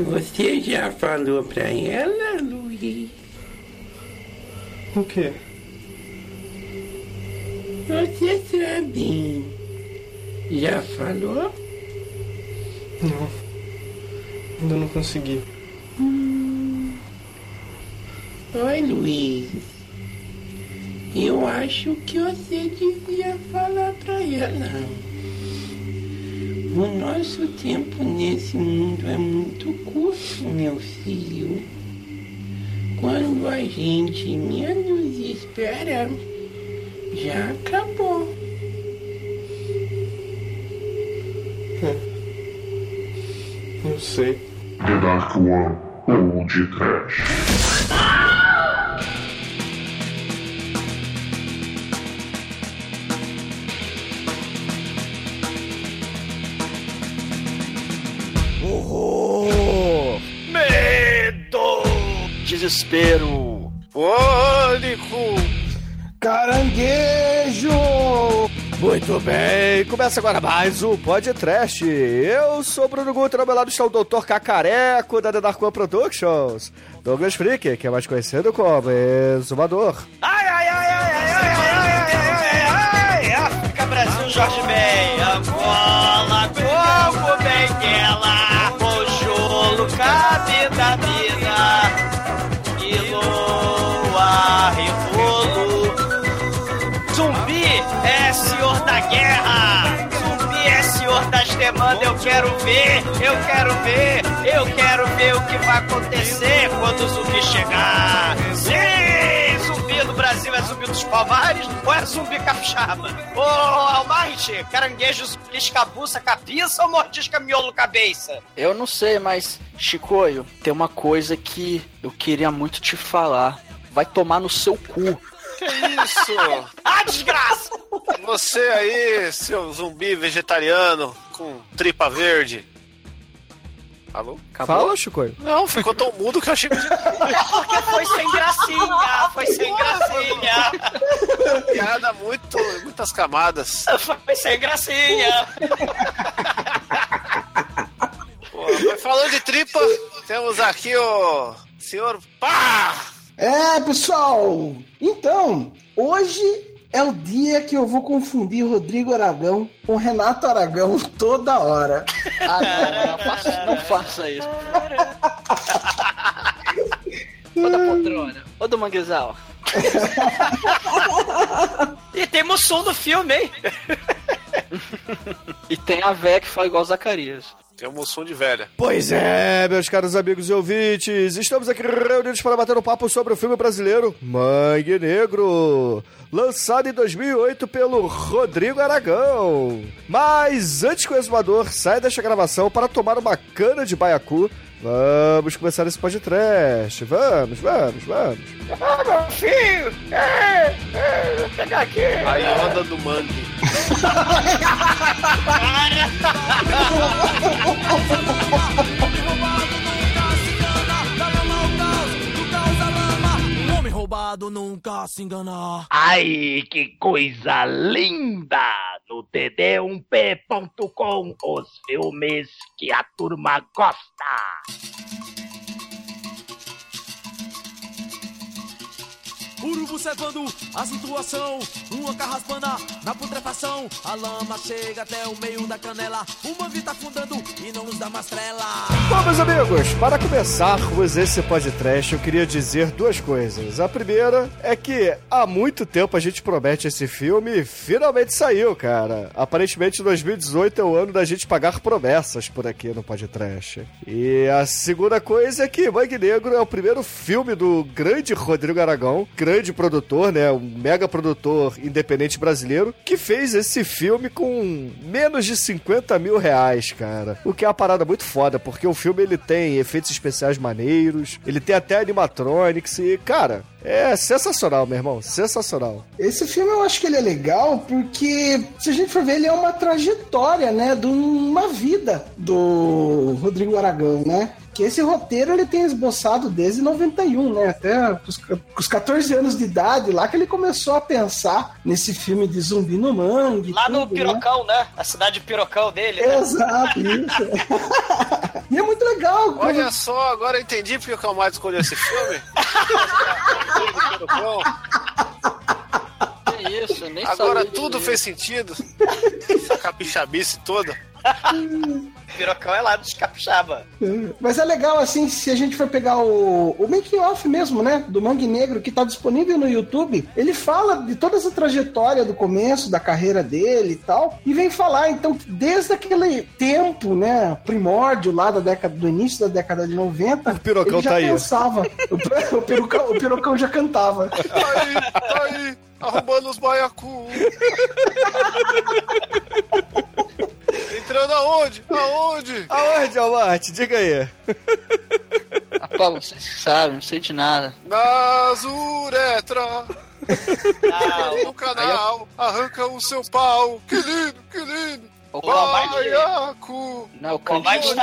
Você já falou pra ela, Luiz? O quê? Você sabe. Já falou? Não. Ainda não consegui. Oi, Luiz. Eu acho que você devia falar pra ela. O nosso tempo nesse mundo é muito curto, meu filho. Quando a gente menos espera, já acabou. Eu sei. The Dark One ou de Trash. Horror! Medo! Desespero! Pânico! Caranguejo! Muito bem, começa agora mais um Podcast. Eu sou o Bruno Guter, ao meu lado está o Dr. Cacareco da The Dark One Productions, Douglas Freak, que é mais conhecido como Exumador. Ai, ai, ai, ai, ai, ai, ai, ai, ai, ai, África, Brasil, Jorge Ben, Angola, Congo, Benguela, Mojolo, Cabe da Mina, Iloa, Revolo. Zumbi é senhor da guerra, zumbi é senhor das demandas. Eu quero ver, eu quero ver, eu quero ver o que vai acontecer quando o zumbi chegar. Sim, zumbi do Brasil é zumbi dos Palmares ou é zumbi capixaba? Ô, Almighty, caranguejo escabuça cabeça ou mordisca miolo cabeça? Eu não sei, mas, Chicoio, tem uma coisa que eu queria muito te falar. Vai tomar no seu cu. Que isso? Ah, desgraça! Você aí, seu zumbi vegetariano com tripa verde. Alô? Acabou? Fala, Chicoio. Não, ficou tão mudo que eu achei que... É porque foi sem gracinha, foi sem gracinha. Piada muitas camadas. Foi sem gracinha. Pô, mas falando de tripa, temos aqui o senhor Pá! É, pessoal, então, hoje é o dia que eu vou confundir Rodrigo Aragão com Renato Aragão toda hora. Não faça isso. Ô da poltrona, ô do manguezal. E tem Mussum no filme, hein? E tem a véia que fala igual o Zacarias. Tem um moção de velha. Pois é, meus caros amigos e ouvintes, estamos aqui reunidos para bater um papo sobre o filme brasileiro Mangue Negro, lançado em 2008 pelo Rodrigo Aragão. Mas antes que o exumador saia desta gravação para tomar uma cana de baiacu, vamos começar esse podcast. Vamos. Ah, meu filho! Vou pegar aqui! A Yoda do Mangue. O homem roubado nunca se engana. Ai, que coisa linda! No td1p.com, os filmes que a turma gosta. Urubu cevando a situação, uma carraspana na putrefação. A lama chega até o meio da canela, o mangue tá afundando e não nos dá mais trela. Bom, meus amigos, para começarmos esse podcast, eu queria dizer duas coisas. A primeira é que há muito tempo a gente promete esse filme e finalmente saiu, cara. Aparentemente 2018 é o ano da gente pagar promessas por aqui no podcast. E a segunda coisa é que Mangue Negro é o primeiro filme do grande Rodrigo Aragão, grande produtor, né, um mega produtor independente brasileiro, que fez esse filme com menos de 50 mil reais, cara. O que é uma parada muito foda, porque o filme ele tem efeitos especiais maneiros, ele tem até animatronics e, cara, é sensacional, meu irmão, sensacional. Esse filme eu acho que ele é legal porque, se a gente for ver, ele é uma trajetória, né, de uma vida do Rodrigo Aragão, né? Que esse roteiro ele tem esboçado desde 91, né? Até os 14 anos de idade, lá que ele começou a pensar nesse filme de zumbi no mangue. Lá tudo, no Pirocão, né? A cidade de Pirocão dele. Exato, isso. E é muito legal legal. Olha só, agora eu entendi porque o Calmar escolheu esse filme. Que isso, nem agora sabia tudo disso. fez sentido. Essa capixabice toda. O Pirocão é lá dos capixaba. Mas é legal, assim, se a gente for pegar o making off mesmo, né, do Mangue Negro, que tá disponível no YouTube, ele fala de toda essa trajetória do começo, da carreira dele e tal, e vem falar, então, desde aquele tempo, né, primórdio lá do início da década de 90, o Pirocão ele já tá aí. pensava, o Pirocão já cantava. Tá aí, arrombando os baiacu. Entrando aonde? Aonde, Almarte? Diga aí. Rapaz, vocês sabem, não sei de nada. Nas uretra. No canal, arranca o seu pau. Que lindo. Baiacu. Não, o Candiru.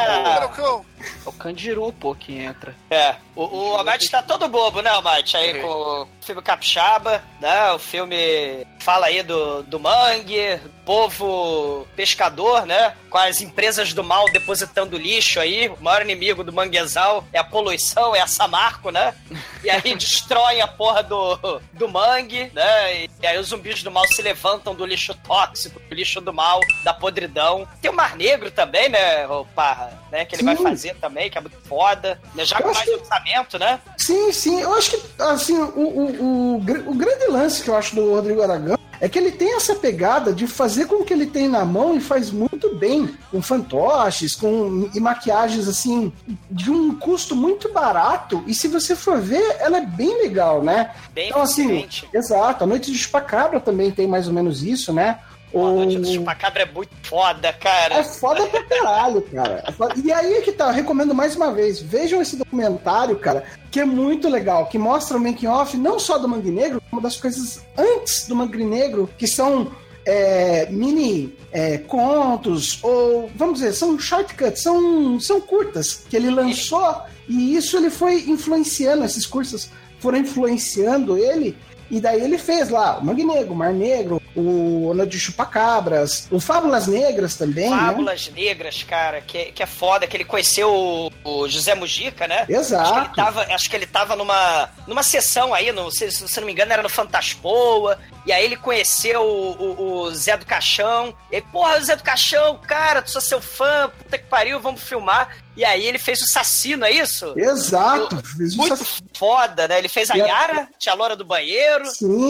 O Candiru, pô, que entra. O Almighty tá todo bobo, né, Almighty? Aí com o filme Capixaba, né? O filme fala aí do mangue, povo pescador, né? Com as empresas do mal depositando lixo aí. O maior inimigo do manguezal é a poluição, é a Samarco, né? E aí destroem a porra do mangue, né? E aí os zumbis do mal se levantam do lixo tóxico, do lixo do mal, da podridão. Tem o Mar Negro também, né, o Parra? Né? Que ele vai fazer também, que é muito foda. Né? Já com mais orçamento, né? Sim. Eu acho que, assim, o grande lance que eu acho do Rodrigo Aragão é que ele tem essa pegada de fazer com o que ele tem na mão e faz muito bem, com fantoches, e maquiagens, assim, de um custo muito barato, e se você for ver, ela é bem legal, né? Bem então, assim, exato, a Noite de Chupacabra também tem mais ou menos isso, né? A Noite do Chupacabra é muito foda, cara. É foda pra caralho, cara. E aí é que tá, eu recomendo mais uma vez, vejam esse documentário, cara, que é muito legal, que mostra o making off não só do Mangue Negro, como das coisas antes do Mangue Negro, que são mini contos, ou, vamos dizer, são shortcuts, são curtas, que ele lançou, e isso ele foi influenciando, esses cursos foram influenciando ele, e daí ele fez lá o Mangue Negro, o Mar Negro, o Noite de Chupacabras, o Fábulas Negras também, Fábulas Negras, cara, que é foda, que ele conheceu o José Mujica, né? Exato. Acho que ele tava numa sessão aí, se não me engano, era no Fantaspoa, e aí ele conheceu o Zé do Caixão, e aí, porra, Zé do Caixão, cara, tu sou seu fã, puta que pariu, vamos filmar. E aí ele fez o Saci, não é isso? Exato. Muito foda, né? Ele fez a Yara, Tia Lora do Banheiro.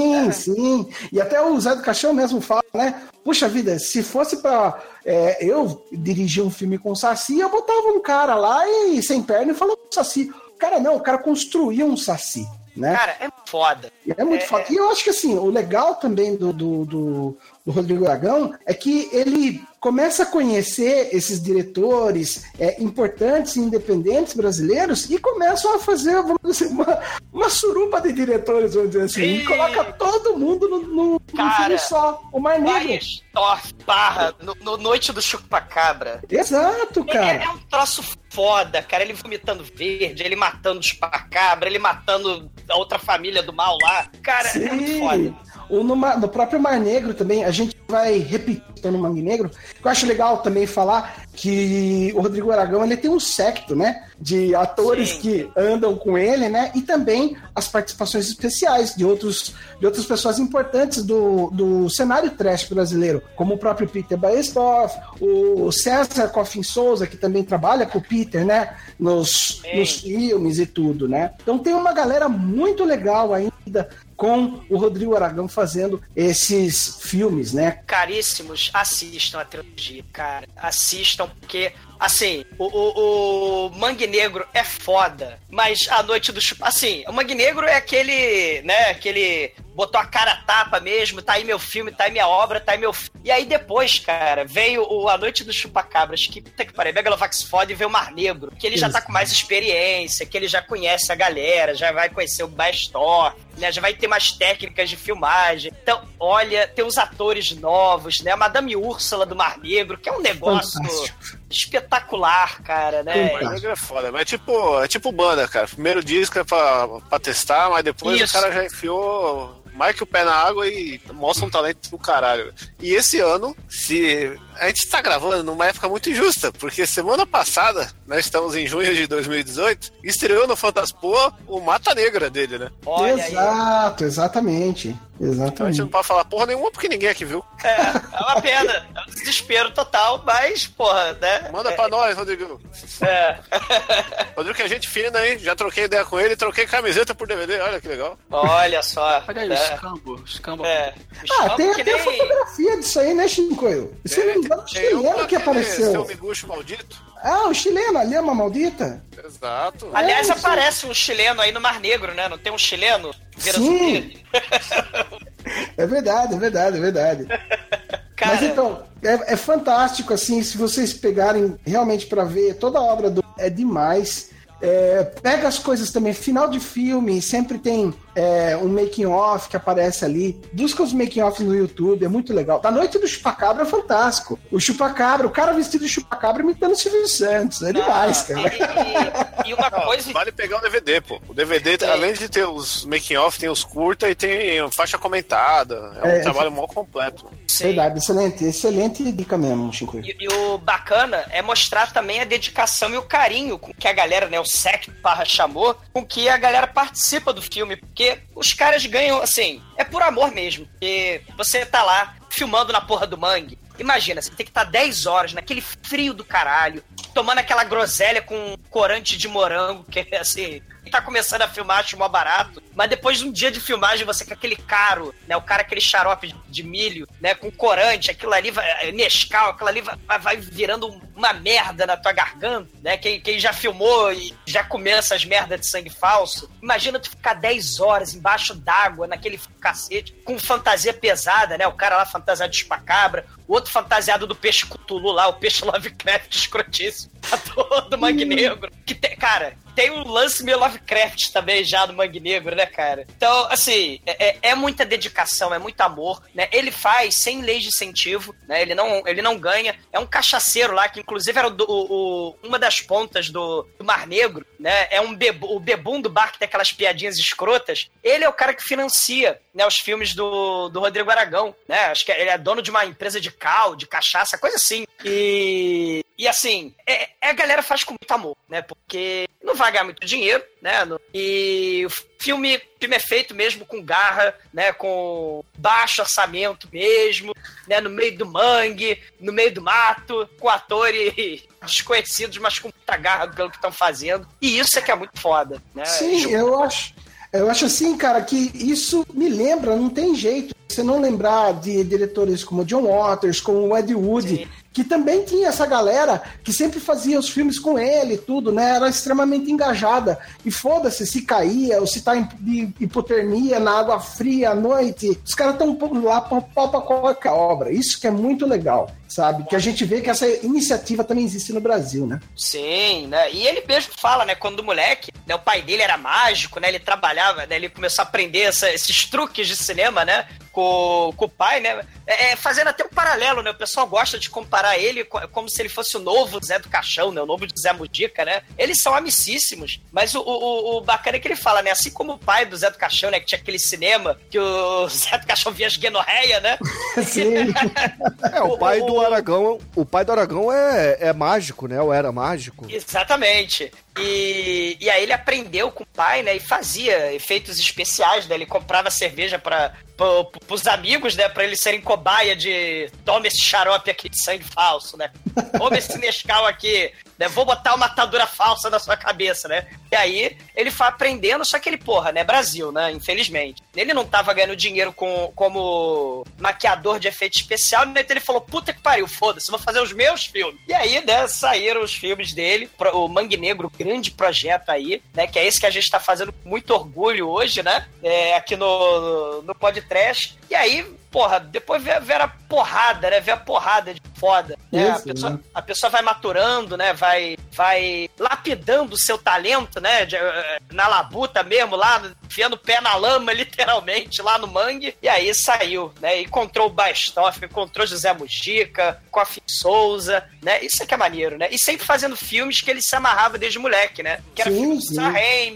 Sim. E até o Zé do Caixão mesmo fala, né? Puxa vida, se fosse pra eu dirigir um filme com o Saci, eu botava um cara lá e sem perna e falava com o Saci. O cara construía um Saci, né? Cara, é foda. É muito foda. E eu acho que, assim, o legal também do Rodrigo Aragão é que ele começa a conhecer esses diretores importantes e independentes brasileiros e começam a fazer, vamos dizer, uma suruba de diretores, vamos dizer assim, e coloca todo mundo no filme só, o Mar Negro. Barra, no Noite do Chupacabra. Exato, cara. É um troço foda, cara, ele vomitando verde, ele matando o chupacabra, ele matando a outra família do mal lá, cara, é muito foda. No próprio Mar Negro também, a gente vai repetir no Mangue Negro, que eu acho legal também falar que o Rodrigo Aragão, ele tem um séquito, né, de atores que andam com ele, né, e também as participações especiais de outras pessoas importantes do cenário trash brasileiro, como o próprio Peter Baestorff, o César Coffin Souza, que também trabalha com o Peter, né, nos filmes e tudo, né. Então tem uma galera muito legal ainda com o Rodrigo Aragão fazendo esses filmes, né? Caríssimos, assistam a trilogia, cara. Assistam, porque, assim, o Mangue Negro é foda, mas a Noite do Chupacabra... Assim, o Mangue Negro é aquele, né, aquele... Botou a cara a tapa mesmo, tá aí meu filme, tá aí minha obra, tá aí meu... E aí depois, cara, veio A Noite dos Chupacabras, que, puta que pariu, Megalovax foda, e veio o Mar Negro, que ele já tá com mais experiência, que ele já conhece a galera, já vai conhecer o Baestorff, né, já vai ter mais técnicas de filmagem. Então, olha, tem uns atores novos, né, a Madame Úrsula do Mar Negro, que é um negócio espetacular, cara, né? O Mar Negro é foda, mas é tipo banda, cara. Primeiro disco é pra testar, mas depois o cara já enfiou mais que o pé na água e mostra um talento do caralho. E esse ano, se a gente tá gravando numa época muito injusta, porque semana passada, nós estamos em junho de 2018, estreou no Fantaspoa o Mata Negra dele, né? Olha Exato, exatamente. Então a gente Exatamente. não pode falar porra nenhuma porque ninguém aqui viu. É uma pena. É um desespero total, mas, porra, né? Manda pra nós, Rodrigo. Rodrigo que é gente fina, hein? Já troquei ideia com ele, troquei camiseta por DVD, olha que legal. Olha só. Olha aí, o escambo. Tem que até nem... fotografia disso aí, né, Chicoio? Se não me engano, o chileno que apareceu. Seu miguxo maldito. O chileno, a Lhama Maldita. Exato. Aliás, aparece um chileno aí no Mar Negro, né? Não tem um chileno? Sim. É verdade. Cara... Mas então, é fantástico, assim, se vocês pegarem realmente pra ver toda a obra do... É demais. Pega as coisas também, final de filme, sempre tem um making-off que aparece ali. Busca os making-offs no YouTube, é muito legal. Da Noite do Chupacabra é fantástico. O Chupacabra, o cara vestido de Chupacabra imitando o Silvio Santos. É demais, cara. E uma coisa... Vale pegar o DVD, pô. O DVD, além de ter os making-off, tem os curta e tem faixa comentada. É um trabalho mó completo. Sim. Verdade, excelente dica mesmo, Chico. E o bacana é mostrar também a dedicação e o carinho com que a galera, né, o SEC chamou, com que a galera participa do filme, porque os caras ganham, assim, é por amor mesmo, porque você tá lá filmando na porra do mangue. Imagina, você tem que estar 10 horas naquele frio do caralho, tomando aquela groselha com corante de morango, que é assim, tá começando a filmar, acho mó barato, mas depois de um dia de filmagem, você com aquele caro, né, o cara aquele xarope de milho, né, com corante, aquilo ali vai, Nescau, aquilo ali vai virando uma merda na tua garganta, né, quem já filmou e já comeu essas merdas de sangue falso, imagina tu ficar 10 horas embaixo d'água, naquele cacete, com fantasia pesada, né, o cara lá fantasiado de chupacabra, o outro fantasiado do peixe Cthulhu lá, o peixe Lovecraft escrotíssimo, do Mangue Negro, que tem, cara, tem um lance meio Lovecraft também já no Mangue Negro, né, cara? Então, assim, é muita dedicação, é muito amor, né? Ele faz sem lei de incentivo, né? Ele não ganha. É um cachaceiro lá, que inclusive era uma das pontas do Mar Negro, né? É o bebum do bar que tem aquelas piadinhas escrotas. Ele é o cara que financia, né, os filmes do Rodrigo Aragão, né? Acho que ele é dono de uma empresa de cachaça, coisa assim. E assim, a galera faz com muito amor, né? Porque não vai ganhar muito dinheiro, né? E o filme é feito mesmo com garra, né? Com baixo orçamento mesmo, né? No meio do mangue, no meio do mato, com atores desconhecidos, mas com muita garra pelo que estão fazendo. E isso é que é muito foda, né? Sim, eu acho assim, cara, que isso me lembra, não tem jeito. Você não lembrar de diretores como John Waters, como o Ed Wood, sim, que também tinha essa galera que sempre fazia os filmes com ele e tudo, né? Era extremamente engajada. E foda-se se caía ou se tá em hipotermia na água fria à noite. Os caras estão lá pra qualquer obra. Isso que é muito legal, sabe? Que a gente vê que essa iniciativa também existe no Brasil, né? Sim, né? E ele mesmo fala, né? Quando moleque, né, o pai dele era mágico, né? Ele trabalhava, né? Ele começou a aprender esses truques de cinema, né? Com o pai, né? Fazendo até um paralelo, né? O pessoal gosta de comparar ele como se ele fosse o novo Zé do Caixão, né? O novo Zé Mudica, né? Eles são amicíssimos, mas o bacana é que ele fala, né? Assim como o pai do Zé do Caixão, né? Que tinha aquele cinema que o Zé do Caixão via as guenorreia, né? Sim. O pai do Aragão é mágico, né? Ou era mágico. Exatamente. E aí ele aprendeu com o pai, né? E fazia efeitos especiais, né? Ele comprava cerveja pros amigos, né? Pra eles serem cobaia de toma esse xarope aqui de sangue falso, né? Toma esse Nescau aqui, né? Vou botar uma atadura falsa na sua cabeça, né? E aí ele foi aprendendo, só que ele, porra, né? Brasil, né? Infelizmente. Ele não tava ganhando dinheiro como maquiador de efeito especial, né? Então ele falou, puta que pariu, foda-se, vou fazer os meus filmes. E aí, né? Saíram os filmes dele, o Mangue Negro, grande projeto aí, né? Que é esse que a gente tá fazendo com muito orgulho hoje, né? Aqui no Podcast. E aí, porra, depois vê a porrada, né? Vê a porrada de foda. Né? Isso, a pessoa vai maturando, né? Vai lapidando o seu talento, né? Na labuta mesmo, lá, enfiando o pé na lama, literalmente, lá no mangue. E aí saiu, né? Encontrou o Bastoff, encontrou José Mujica, Coffee Souza, né? Isso é que é maneiro, né? E sempre fazendo filmes que ele se amarrava desde moleque, né? Que era filme do Sam Raimi,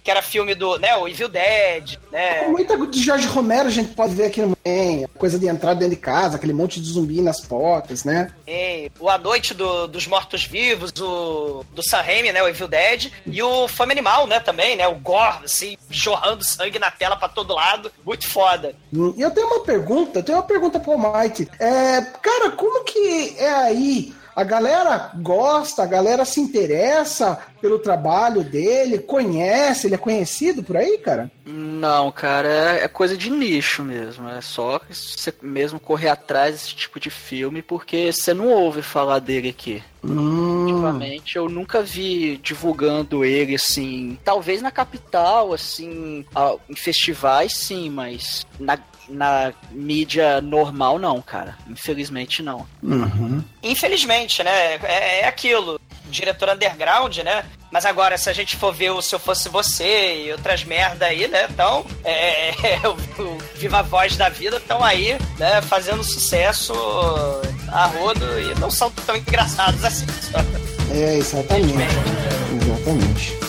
que era filme do, né, o Evil Dead, né? Muita de Jorge Romero a gente pode ver aqui no meio, coisa de entrar dentro de casa, aquele monte de zumbi nas portas, né? O A Noite dos Mortos-Vivos, do Sam Raimi, né, o Evil Dead, e o Fome Animal, né, também, né, o gore, assim, jorrando sangue na tela pra todo lado, muito foda. E eu tenho uma pergunta pro Mike. Cara, como que é aí? A galera gosta, a galera se interessa pelo trabalho dele, conhece, ele é conhecido por aí, cara? Não, cara, é coisa de nicho mesmo. É só você mesmo correr atrás desse tipo de filme, porque você não ouve falar dele aqui. Ultimamente eu nunca vi divulgando ele, assim, talvez na capital, assim, em festivais sim, mas na mídia normal não, cara. Infelizmente não. Infelizmente, né? É aquilo. Diretor underground, né? Mas agora, se a gente for ver o Se Eu Fosse Você e outras merda aí, né? Então, o Viva Voz da vida estão aí, né? Fazendo sucesso a rodo e não são tão engraçados assim. Exatamente. Exatamente.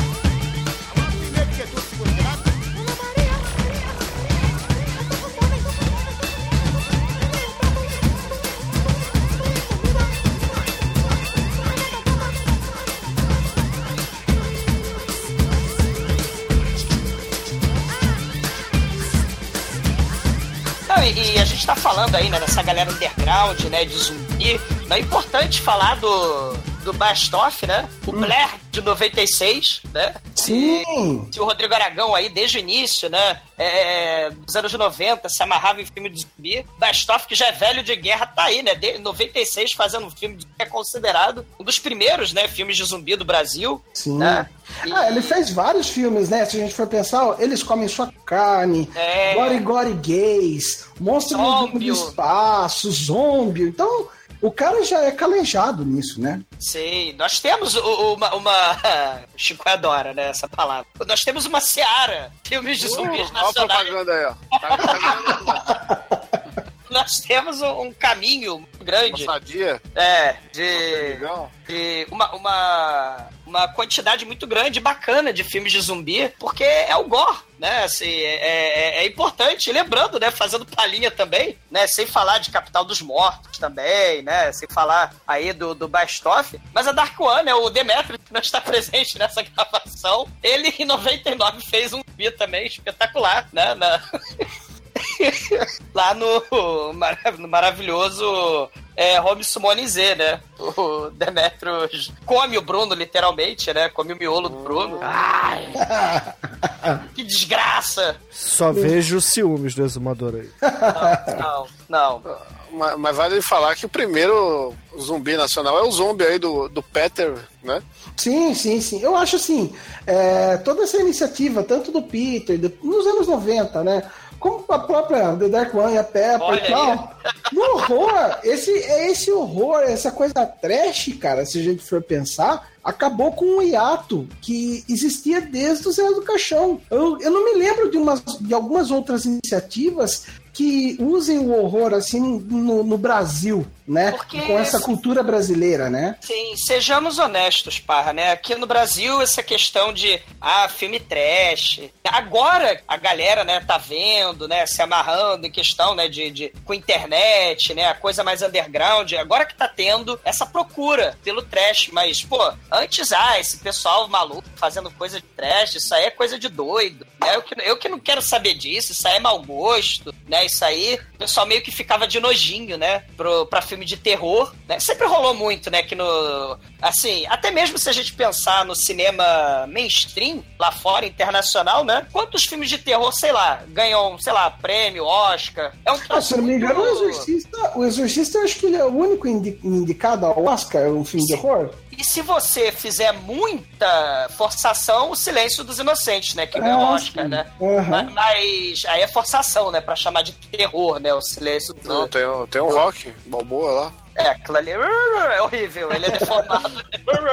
E a gente tá falando aí, né, dessa galera underground, né, de zumbi. É importante falar do Bast-of, né? O Blair de 96, né? Sim! E o Rodrigo Aragão aí, desde o início, né? Dos anos 90, se amarrava em filme de zumbi. Bast-of, que já é velho de guerra, tá aí, né? De 96, fazendo um filme que é considerado um dos primeiros, né? Filmes de zumbi do Brasil. Sim. Né? Ele fez vários filmes, né? Se a gente for pensar, ó, Eles Comem Sua Carne, Gore Gore Gays, Monstro do Espaço, Zombie. Então, o cara já é calejado nisso, né? Sim, nós temos uma... Chico adora, né, essa palavra. Nós temos uma seara, filmes de zumbis nacionais. Olha a propaganda aí, ó. Nós temos um caminho muito grande. Uma sadia. De uma quantidade muito grande e bacana de filmes de zumbi, porque é o gore, né? Assim, é importante. Lembrando, né? Fazendo palhinha também, né? Sem falar de Capital dos Mortos também, né? Sem falar aí do Bast-of. Mas a Dark One, né? O Demetrio, que não está presente nessa gravação, ele em 99 fez um zumbi também espetacular, né? Lá no maravilhoso Home Summoning Z, né? O Demetrio come o Bruno, literalmente, né? Come o miolo do Bruno. Ai, que desgraça! Só vejo ciúmes do exumador aí. Não. Mas vale falar que o primeiro zumbi nacional é o zombie aí do Peter, né? Sim. Eu acho assim, toda essa iniciativa, tanto do Peter, nos anos 90, né? Como a própria The Dark One e a Pepper e tal. No horror, esse horror, essa coisa trash, cara, se a gente for pensar, acabou com um hiato que existia desde o Zé do Caixão. Eu não me lembro de algumas outras iniciativas que usem o horror assim no Brasil, né? Porque com essa cultura brasileira, né? Sim, sejamos honestos, Parra, né? Aqui no Brasil, essa questão de filme trash. Agora a galera, né, tá vendo, né, se amarrando em questão, né, com internet, né, a coisa mais underground. Agora que tá tendo essa procura pelo trash, mas, pô, antes, esse pessoal maluco fazendo coisa de trash, isso aí é coisa de doido, né? Eu que não quero saber disso, isso aí é mau gosto, né? Isso aí, o pessoal meio que ficava de nojinho, né? Pra filme de terror, né? Sempre rolou muito, né? Que assim, até mesmo se a gente pensar no cinema mainstream, lá fora, internacional, né? Quantos filmes de terror, sei lá, ganham, sei lá, prêmio, Oscar? Se não me engano, o Exorcista, eu acho que ele é o único indicado ao Oscar, um filme de terror. E se você fizer muita forçação, o Silêncio dos Inocentes, né? Que ganhou o Oscar, né? Uhum. Mas aí é forçação, né? Pra chamar de terror, né? O Silêncio dos... Não, tem um Rock Balboa lá. Aquilo ali é horrível, ele é deformado.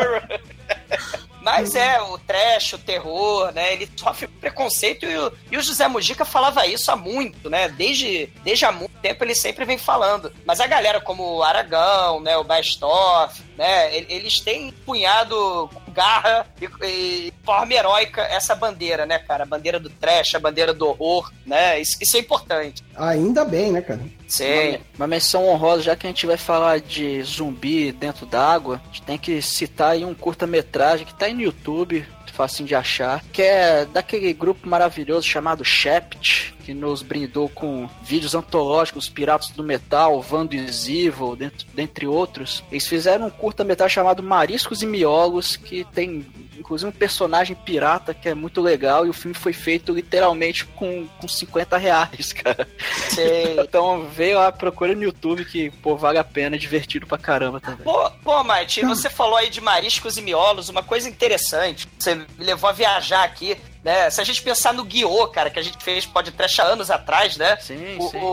Mas o trash, o terror, né? Ele sofre preconceito e o José Mujica falava isso há muito, né? Desde há muito tempo ele sempre vem falando. Mas a galera como o Aragão, né? O Bast-of, né? Eles têm punhado garra e forma heróica essa bandeira, né, cara? A bandeira do trash, a bandeira do horror, né? Isso é importante. Ainda bem, né, cara? Sim. Uma menção honrosa, já que a gente vai falar de zumbi dentro d'água, a gente tem que citar aí um curta-metragem que tá aí no YouTube, facinho de achar, que é daquele grupo maravilhoso chamado Shept, que nos brindou com vídeos antológicos, Piratas do Metal, Vando Evil, dentre outros. Eles fizeram um curta-metragem chamado Mariscos e Miolos, que tem inclusive um personagem pirata que é muito legal, e o filme foi feito literalmente com R$50, cara. Então veio lá, procura no YouTube que, pô, vale a pena, é divertido pra caramba também. Pô, Mate, você falou aí de Mariscos e Miolos, uma coisa interessante, você me levou a viajar aqui, né? Se a gente pensar no Guiô, cara, que a gente fez podcast há anos atrás, né? Sim.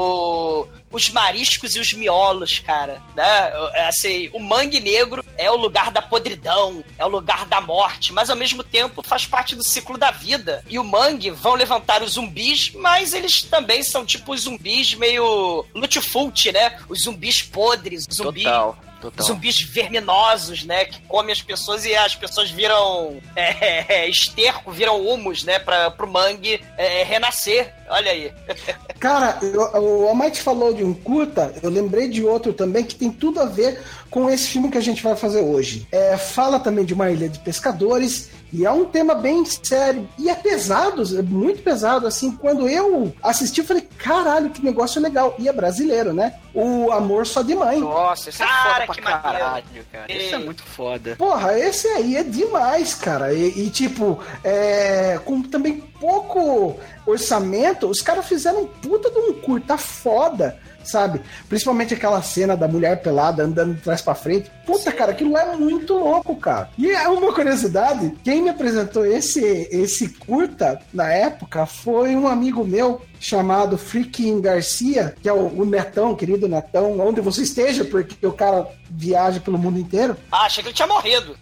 Os mariscos e os miolos, cara, né? Assim, o mangue negro é o lugar da podridão, é o lugar da morte, mas ao mesmo tempo faz parte do ciclo da vida. E o mangue vão levantar os zumbis, mas eles também são tipo os zumbis meio Lutfult, né? Os zumbis podres, zumbis... Total. Zumbis verminosos, né? Que comem as pessoas e as pessoas viram esterco, viram humus, né? Pro mangue renascer. Olha aí. Cara, o Almighty falou de um curta, eu lembrei de outro também que tem tudo a ver com esse filme que a gente vai fazer hoje. Fala também de uma ilha de pescadores e é um tema bem sério. E é pesado, é muito pesado, assim. Quando eu assisti, eu falei, caralho, que negócio legal. E é brasileiro, né? O Amor Só de Mãe. Nossa, esse é foda pra caralho, cara. Esse é muito foda. Porra, esse aí é demais, cara. E tipo, com também pouco orçamento, os caras fizeram um puta de um curta foda, sabe? Principalmente aquela cena da mulher pelada andando de trás pra frente. Puta, cara, aquilo é muito louco, cara. E é uma curiosidade, quem me apresentou esse curta na época foi um amigo meu chamado Freaking Garcia, que é o Netão, querido Netão, onde você esteja, porque o cara viaja pelo mundo inteiro. Achei que ele tinha morrido.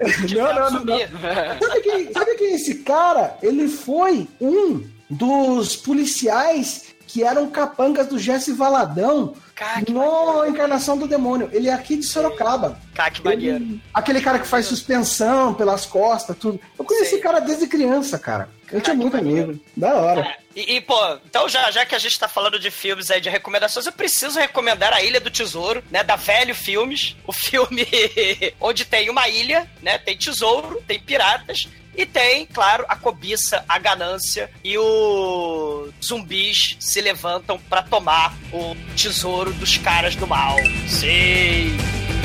Não. Sabe quem é esse cara? Ele foi um dos policiais que eram capangas do Jesse Valadão no Encarnação do Demônio. Ele é aqui de Sorocaba. Cara, que maneiro. Aquele cara que faz suspensão pelas costas, tudo. Eu conheci esse cara desde criança, cara. Eu tinha muito amigo. Da hora. Pô, então já que a gente tá falando de filmes aí, de recomendações, eu preciso recomendar A Ilha do Tesouro, né, da Velho Filmes. O filme onde tem uma ilha, né, tem tesouro, tem piratas, e tem, claro, a cobiça, a ganância, e os zumbis se levantam pra tomar o tesouro dos caras do mal. Sim!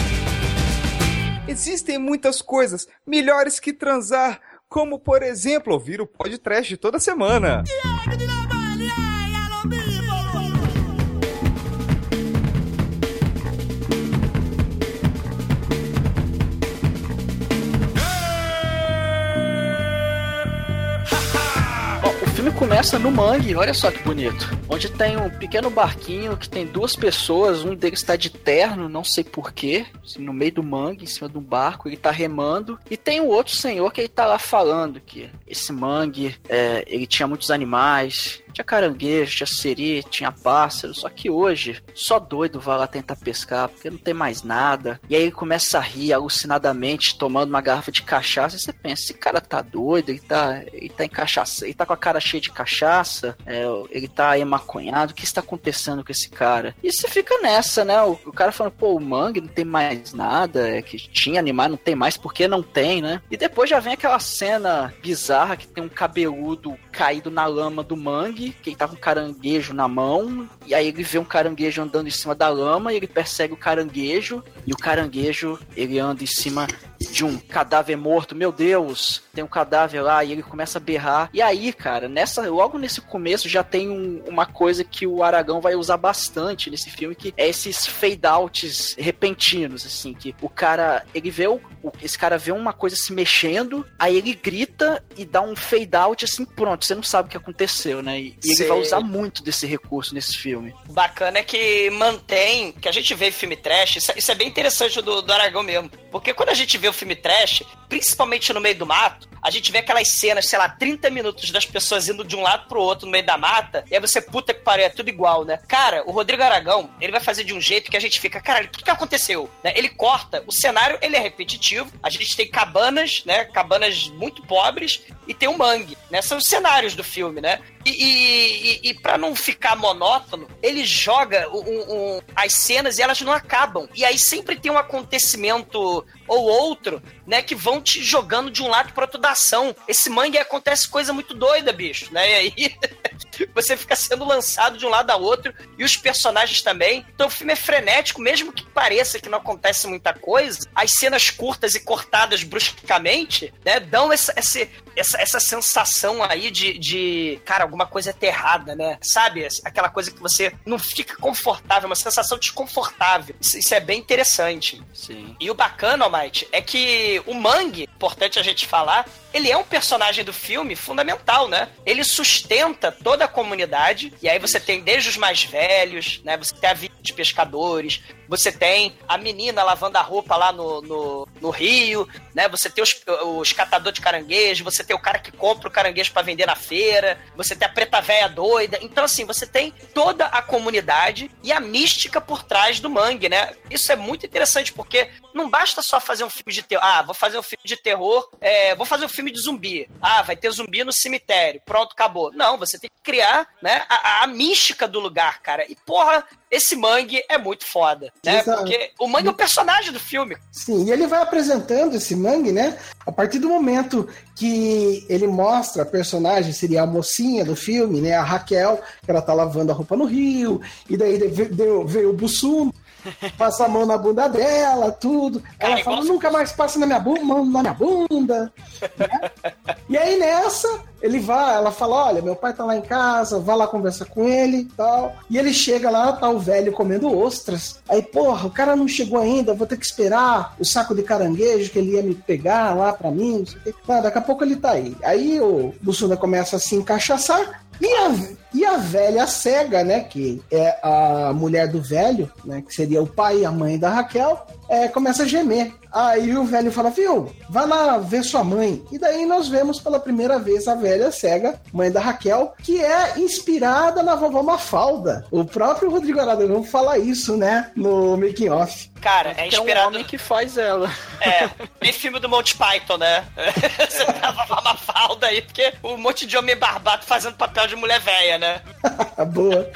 Existem muitas coisas melhores que transar, como, por exemplo, ouvir o podcast toda semana. O filme começa no mangue, olha só que bonito, onde tem um pequeno barquinho que tem duas pessoas, um deles está de terno, não sei porquê, assim, no meio do mangue, em cima de um barco, ele tá remando, e tem um outro senhor que ele tá lá falando que esse mangue, ele tinha muitos animais, tinha caranguejo, tinha siri, tinha pássaro, só que hoje só doido vai lá tentar pescar, porque não tem mais nada. E aí ele começa a rir alucinadamente, tomando uma garrafa de cachaça, e você pensa, esse cara tá doido, ele tá em cachaça, ele tá com a cara cheia de cachaça, ele tá emaconhado, o que está acontecendo com esse cara? E você fica nessa, né? O cara falando, pô, o mangue não tem mais nada, que tinha animais, não tem mais, porque não tem, né? E depois já vem aquela cena bizarra que tem um cabeludo caído na lama do mangue, que ele tá com um caranguejo na mão, e aí ele vê um caranguejo andando em cima da lama, e ele persegue o caranguejo, e o caranguejo, ele anda em cima de um cadáver morto, meu Deus, tem um cadáver lá, e ele começa a berrar, e aí, cara, logo nesse começo já tem uma coisa que o Aragão vai usar bastante nesse filme, que é esses fade-outs repentinos, assim, que o cara, ele vê esse cara vê uma coisa se mexendo, aí ele grita e dá um fade-out, assim, pronto, você não sabe o que aconteceu, né, e ele vai usar muito desse recurso nesse filme. O bacana é que mantém, que a gente vê filme trash, isso é bem interessante do Aragão mesmo, porque quando a gente vê o filme trash, principalmente no meio do mato, a gente vê aquelas cenas, sei lá, 30 minutos das pessoas indo de um lado pro outro no meio da mata, e aí você, puta que pariu, é tudo igual, né? Cara, o Rodrigo Aragão, ele vai fazer de um jeito que a gente fica, caralho, o que aconteceu? Né? Ele corta, o cenário, ele é repetitivo, a gente tem cabanas, né? Cabanas muito pobres, e tem um mangue, né? São os cenários do filme, né? E pra não ficar monótono, ele joga as cenas e elas não acabam. E aí sempre tem um acontecimento ou outro, né, que vão te jogando de um lado pro outro da ação. Esse mangue acontece coisa muito doida, bicho, né? E aí você fica sendo lançado de um lado a outro, e os personagens também. Então o filme é frenético, mesmo que pareça que não acontece muita coisa, as cenas curtas e cortadas bruscamente, né, dão essa sensação aí de cara, alguma coisa é errada, né? Sabe? Aquela coisa que você não fica confortável, uma sensação desconfortável. Isso é bem interessante. Sim. E o bacana, Almighty, é que o Mangue, importante a gente falar, ele é um personagem do filme fundamental, né? Ele sustenta toda a comunidade, e aí você tem desde os mais velhos, né? Você tem a vida de pescadores, você tem a menina lavando a roupa lá no rio, né? Você tem os catadores de caranguejo, você tem o cara que compra o caranguejo pra vender na feira, você tem a preta véia doida. Então, assim, você tem toda a comunidade e a mística por trás do Mangue, né? Isso é muito interessante, porque não basta só fazer um filme de terror. Ah, vou fazer um filme de terror, vou fazer um filme de zumbi. Ah, vai ter zumbi no cemitério. Pronto, acabou. Não, você tem que criar, né, a mística do lugar, cara. E, porra, esse Mangue é muito foda, né? Exato. Porque o Mangue é o personagem do filme. Sim, e ele vai apresentando esse Mangue, né? A partir do momento que ele mostra a personagem, seria a mocinha do filme, né? A Raquel, que ela tá lavando a roupa no rio, e daí veio o Bussum, passa a mão na bunda dela, tudo. Ela Cara, fala, nunca mais passa na minha bunda. Né? E aí nessa, ela fala, olha, meu pai tá lá em casa, vai lá conversar com ele e tal. E ele chega lá, tá o velho comendo ostras. Aí, porra, o cara não chegou ainda, vou ter que esperar o saco de caranguejo que ele ia me pegar lá pra mim, não sei o quê. Mas daqui a pouco ele tá aí. Aí o Bussunda começa a se encaixaçar. E a velha cega, né, que é a mulher do velho, né, que seria o pai e a mãe da Raquel, começa a gemer. Aí o velho fala, viu, vai lá ver sua mãe. E daí nós vemos pela primeira vez a velha cega, mãe da Raquel, que é inspirada na vovó Mafalda. O próprio Rodrigo Aragão fala isso, né, no making off. Cara, é inspirado... É um homem que faz ela. Tem filme do Monty Python, né? Você tava a Mafalda aí, porque um monte de homem barbado fazendo papel de mulher velha, né? Boa.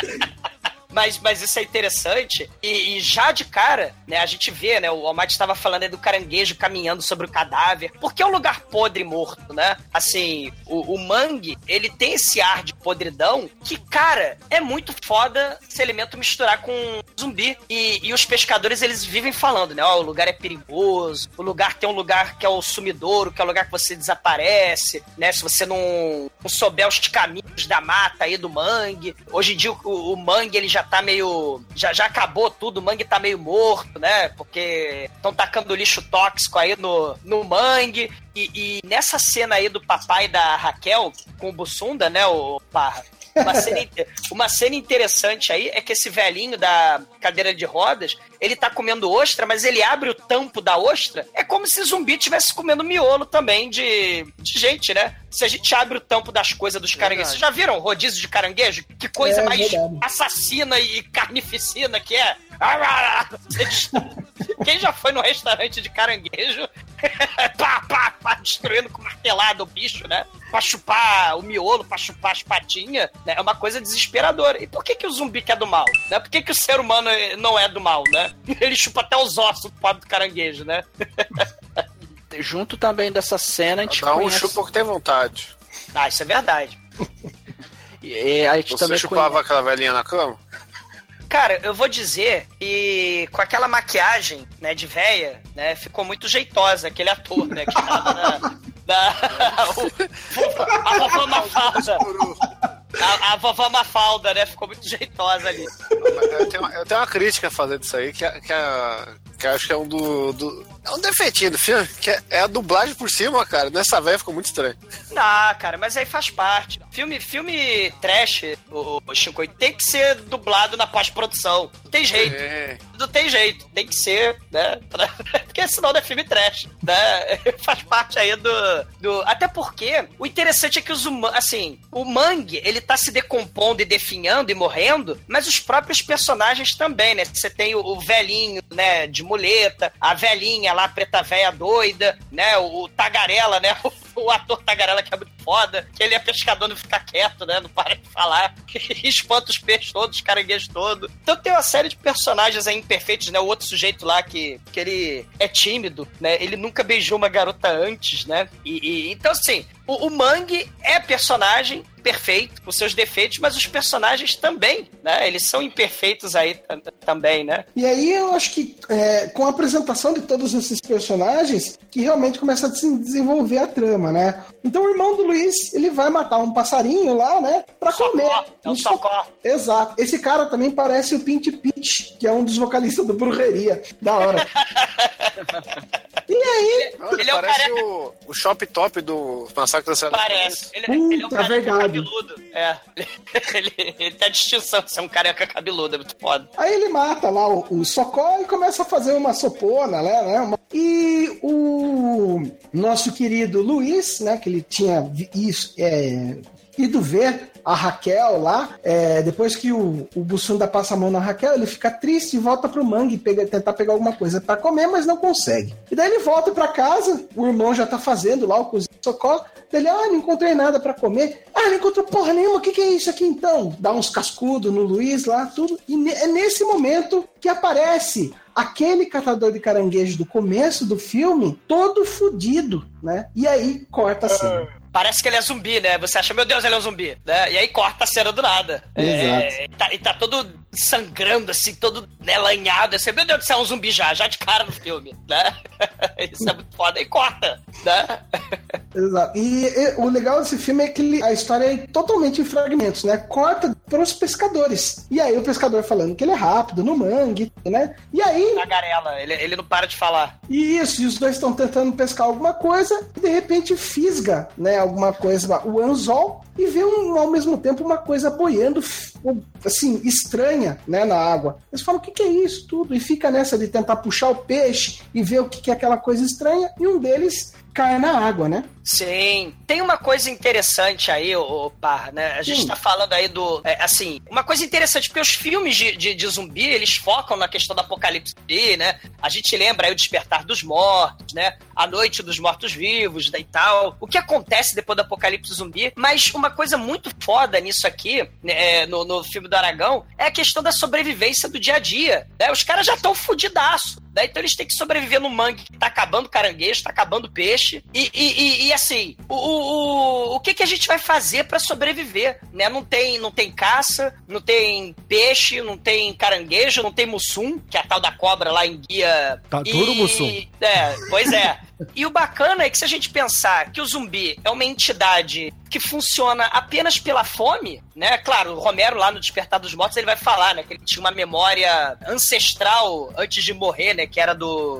Mas isso é interessante, e já de cara, né, a gente vê, né, o Almighty estava falando aí do caranguejo caminhando sobre o cadáver, porque é um lugar podre e morto, né? Assim, o Mangue, ele tem esse ar de podridão que, cara, é muito foda esse elemento misturar com zumbi, e os pescadores, eles vivem falando, né, ó, o lugar é perigoso, o lugar tem um lugar que é o sumidouro, que é o lugar que você desaparece, né, se você não souber os caminhos da mata aí do Mangue. Hoje em dia o Mangue, ele já tá meio... Já acabou tudo, o Mangue tá meio morto, né? Porque estão tacando lixo tóxico aí no Mangue. E nessa cena aí do papai da Raquel com o Bussunda, né, o Parra? Uma cena interessante aí é que esse velhinho da cadeira de rodas, ele tá comendo ostra, mas ele abre o tampo da ostra, é como se zumbi estivesse comendo miolo também de gente, né? Se a gente abre o tampo das coisas dos caranguejos. Vocês já viram rodízio de caranguejo? Que coisa mais assassina e carnificina que é? Quem já foi no restaurante de caranguejo, pá, destruindo com martelada o bicho, né? Pra chupar o miolo, pra chupar as patinhas, né? É uma coisa desesperadora. E por que o zumbi que é do mal? Né? Por que o ser humano não é do mal, né? Ele chupa até os ossos do pobre do caranguejo, né? Junto também dessa cena, a gente Dá conhece... um chupa que tem vontade. Ah, isso é verdade. E a gente Você também chupava aquela velhinha na cama? Cara, eu vou dizer que com aquela maquiagem, né, de véia, né, ficou muito jeitosa aquele ator, né, que tava a vovó Mafalda. A vovó Mafalda, né, ficou muito jeitosa ali. Eu tenho uma crítica a fazer disso aí, que acho que é um É um defeitinho do filme, que é a dublagem por cima, cara. Nessa velha ficou muito estranho. Não, cara, mas aí faz parte. Filme trash, o Chico, tem que ser dublado na pós-produção. Não tem jeito. Não tem jeito. Tem que ser, né? Porque senão não é filme trash, né? Faz parte aí do... Até porque o interessante é que o Mangue, ele tá se decompondo e definhando e morrendo, mas os próprios personagens também, né? Você tem o velhinho, né, de muleta, a velhinha lá, preta véia doida, né? O Tagarela, né? O ator Tagarela, que é muito foda, que ele é pescador, não fica quieto, né? Não para de falar. Espanta os peixes todos, os caranguejos todos. Então tem uma série de personagens aí imperfeitos, né? O outro sujeito lá que ele é tímido, né? Ele nunca beijou uma garota antes, né? Então, assim, o Mangue é personagem perfeito, com seus defeitos, mas os personagens também, né? Eles são imperfeitos aí também, né? E aí eu acho que com a apresentação de todos esses personagens que realmente começa a se desenvolver a trama, né? Então o irmão do Luiz, ele vai matar um passarinho lá, né? Pra comer. É um Socó. Exato. Esse cara também parece o Pinty Pitch, que é um dos vocalistas do Brujeria. Da hora. E aí... Ele parece o Shop Top do Massacre da Serra. Parece. Ele é um careca cabeludo. Ele tá de extinção, ser um careca cabeludo, é muito foda. Aí ele mata lá o Socó e começa a fazer uma sopona, né? E o nosso querido Luiz, né? Que ele tinha ido ver a Raquel lá, depois que o Bussunda passa a mão na Raquel, ele fica triste e volta pro Mangue tentar pegar alguma coisa pra comer, mas não consegue. E daí ele volta pra casa, o irmão já tá fazendo lá o cozinho de Socó, ele, não encontrei nada pra comer. Não encontrou porra nenhuma, o que é isso aqui então? Dá uns cascudos no Luiz lá, tudo, e é nesse momento que aparece aquele catador de caranguejo do começo do filme, todo fudido, né? E aí corta a cena. Parece que ele é zumbi, né? Você acha, meu Deus, ele é um zumbi, né? E aí corta a cena do nada. Exato. E tá todo sangrando, assim, todo lanhado, assim, meu Deus do céu, é um zumbi já de cara no filme, né? Isso é muito foda, e corta, né? Exato. E o legal desse filme é que a história é totalmente em fragmentos, né? Corta para os pescadores. E aí o pescador falando que ele é rápido no mangue, né? E aí... Tagarela, ele não para de falar. Isso, e os dois estão tentando pescar alguma coisa e de repente fisga, né? Alguma coisa, o anzol, e vê ao mesmo tempo uma coisa boiando, assim, estranha, né, na água. Eles falam, o que é isso tudo? E fica nessa de tentar puxar o peixe e ver o que é aquela coisa estranha, e um deles cai na água, né? Sim. Tem uma coisa interessante aí, Parra, né? A gente tá falando aí assim, uma coisa interessante, porque os filmes de zumbi, eles focam na questão do apocalipse zumbi, né? A gente lembra aí o Despertar dos Mortos, né? A Noite dos Mortos-Vivos, e tal. O que acontece depois do apocalipse zumbi, mas uma coisa muito foda nisso aqui, né, no filme do Aragão, é a questão da sobrevivência do dia a dia, né? Os caras já estão fudidaço, né? Então eles têm que sobreviver no mangue que tá acabando caranguejo, tá acabando peixe, e assim, o que a gente vai fazer pra sobreviver, né? Não tem caça, não tem peixe, não tem caranguejo, não tem mussum, que é a tal da cobra lá em guia. Tá duro, mussum. Pois é. E o bacana é que se a gente pensar que o zumbi é uma entidade que funciona apenas pela fome, né? Claro, o Romero lá no Despertar dos Mortos, ele vai falar, né? Que ele tinha uma memória ancestral antes de morrer, né? Que era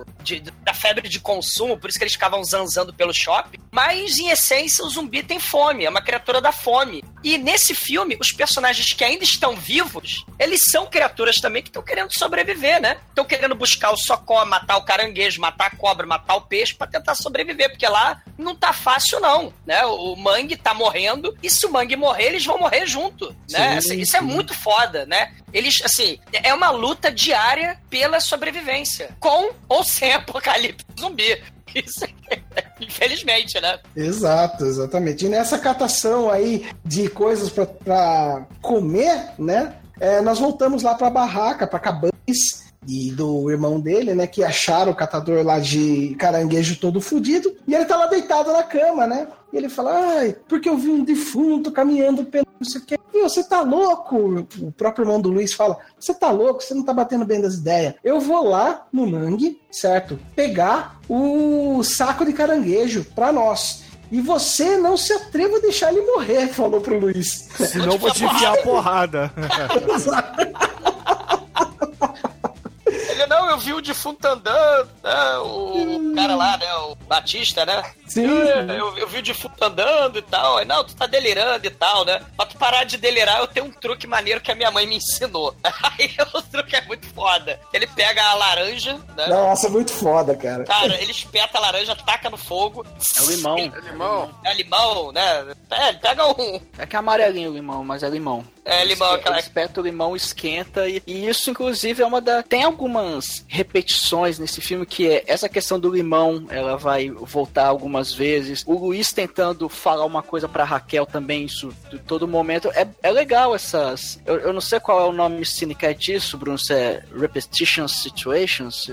da febre de consumo, por isso que eles ficavam zanzando pelo shopping. Mas, em essência, o zumbi tem fome, é uma criatura da fome. E nesse filme, os personagens que ainda estão vivos, eles são criaturas também que estão querendo sobreviver, né? Estão querendo buscar o Socó, matar o caranguejo, matar a cobra, matar o peixe pra tentar sobreviver, porque lá não tá fácil não, né? O mangue tá morrendo, e se o mangue morrer, eles vão morrer junto, né? Sim, isso é muito foda, né? Eles, assim, é uma luta diária pela sobrevivência, com ou sem apocalipse zumbi. Isso, infelizmente, né? Exato, exatamente. E nessa catação aí de coisas pra comer, né? Nós voltamos lá pra barraca, pra cabanas e do irmão dele, né? Que acharam o catador lá de caranguejo todo fudido. E ele tá lá deitado na cama, né? E ele fala, porque eu vi um defunto caminhando pelo não sei o que. E você tá louco? O próprio irmão do Luiz fala, você tá louco? Você não tá batendo bem das ideias. Eu vou lá no mangue, certo? Pegar o saco de caranguejo pra nós. E você não se atreva a deixar ele morrer, falou pro Luiz. Senão vou te enfiar a porrada. Ele, não, eu vi o defunto andando, né? O cara lá, né? O Batista, né? Sim. Eu vi o defunto andando e tal. Aí, não, tu tá delirando e tal, né? Pra tu parar de delirar, eu tenho um truque maneiro que a minha mãe me ensinou. Aí o truque é muito foda. Ele pega a laranja, né? Nossa, muito foda, cara. Cara, ele espeta a laranja, taca no fogo. É o limão. É limão, né? Ele pega um... É que é amarelinho o limão, mas é limão. É, limão, Ele espeta o limão, esquenta e isso, inclusive, é uma da... Tem algumas repetições nesse filme que é essa questão do limão, ela vai voltar algumas vezes. O Luiz tentando falar uma coisa pra Raquel também, isso, de todo momento. É legal essas... Eu não sei qual é o nome cínico disso, Bruno, se é Repetition Situations.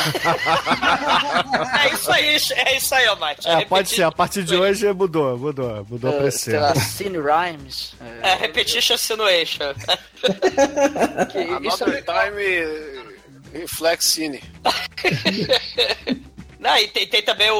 É isso aí, ó, Mate. Pode ser, a partir de hoje mudou pra esse. Sei lá, Cine Rhymes. Repetition Situation. Another Time Reflex Cine. Não, e tem também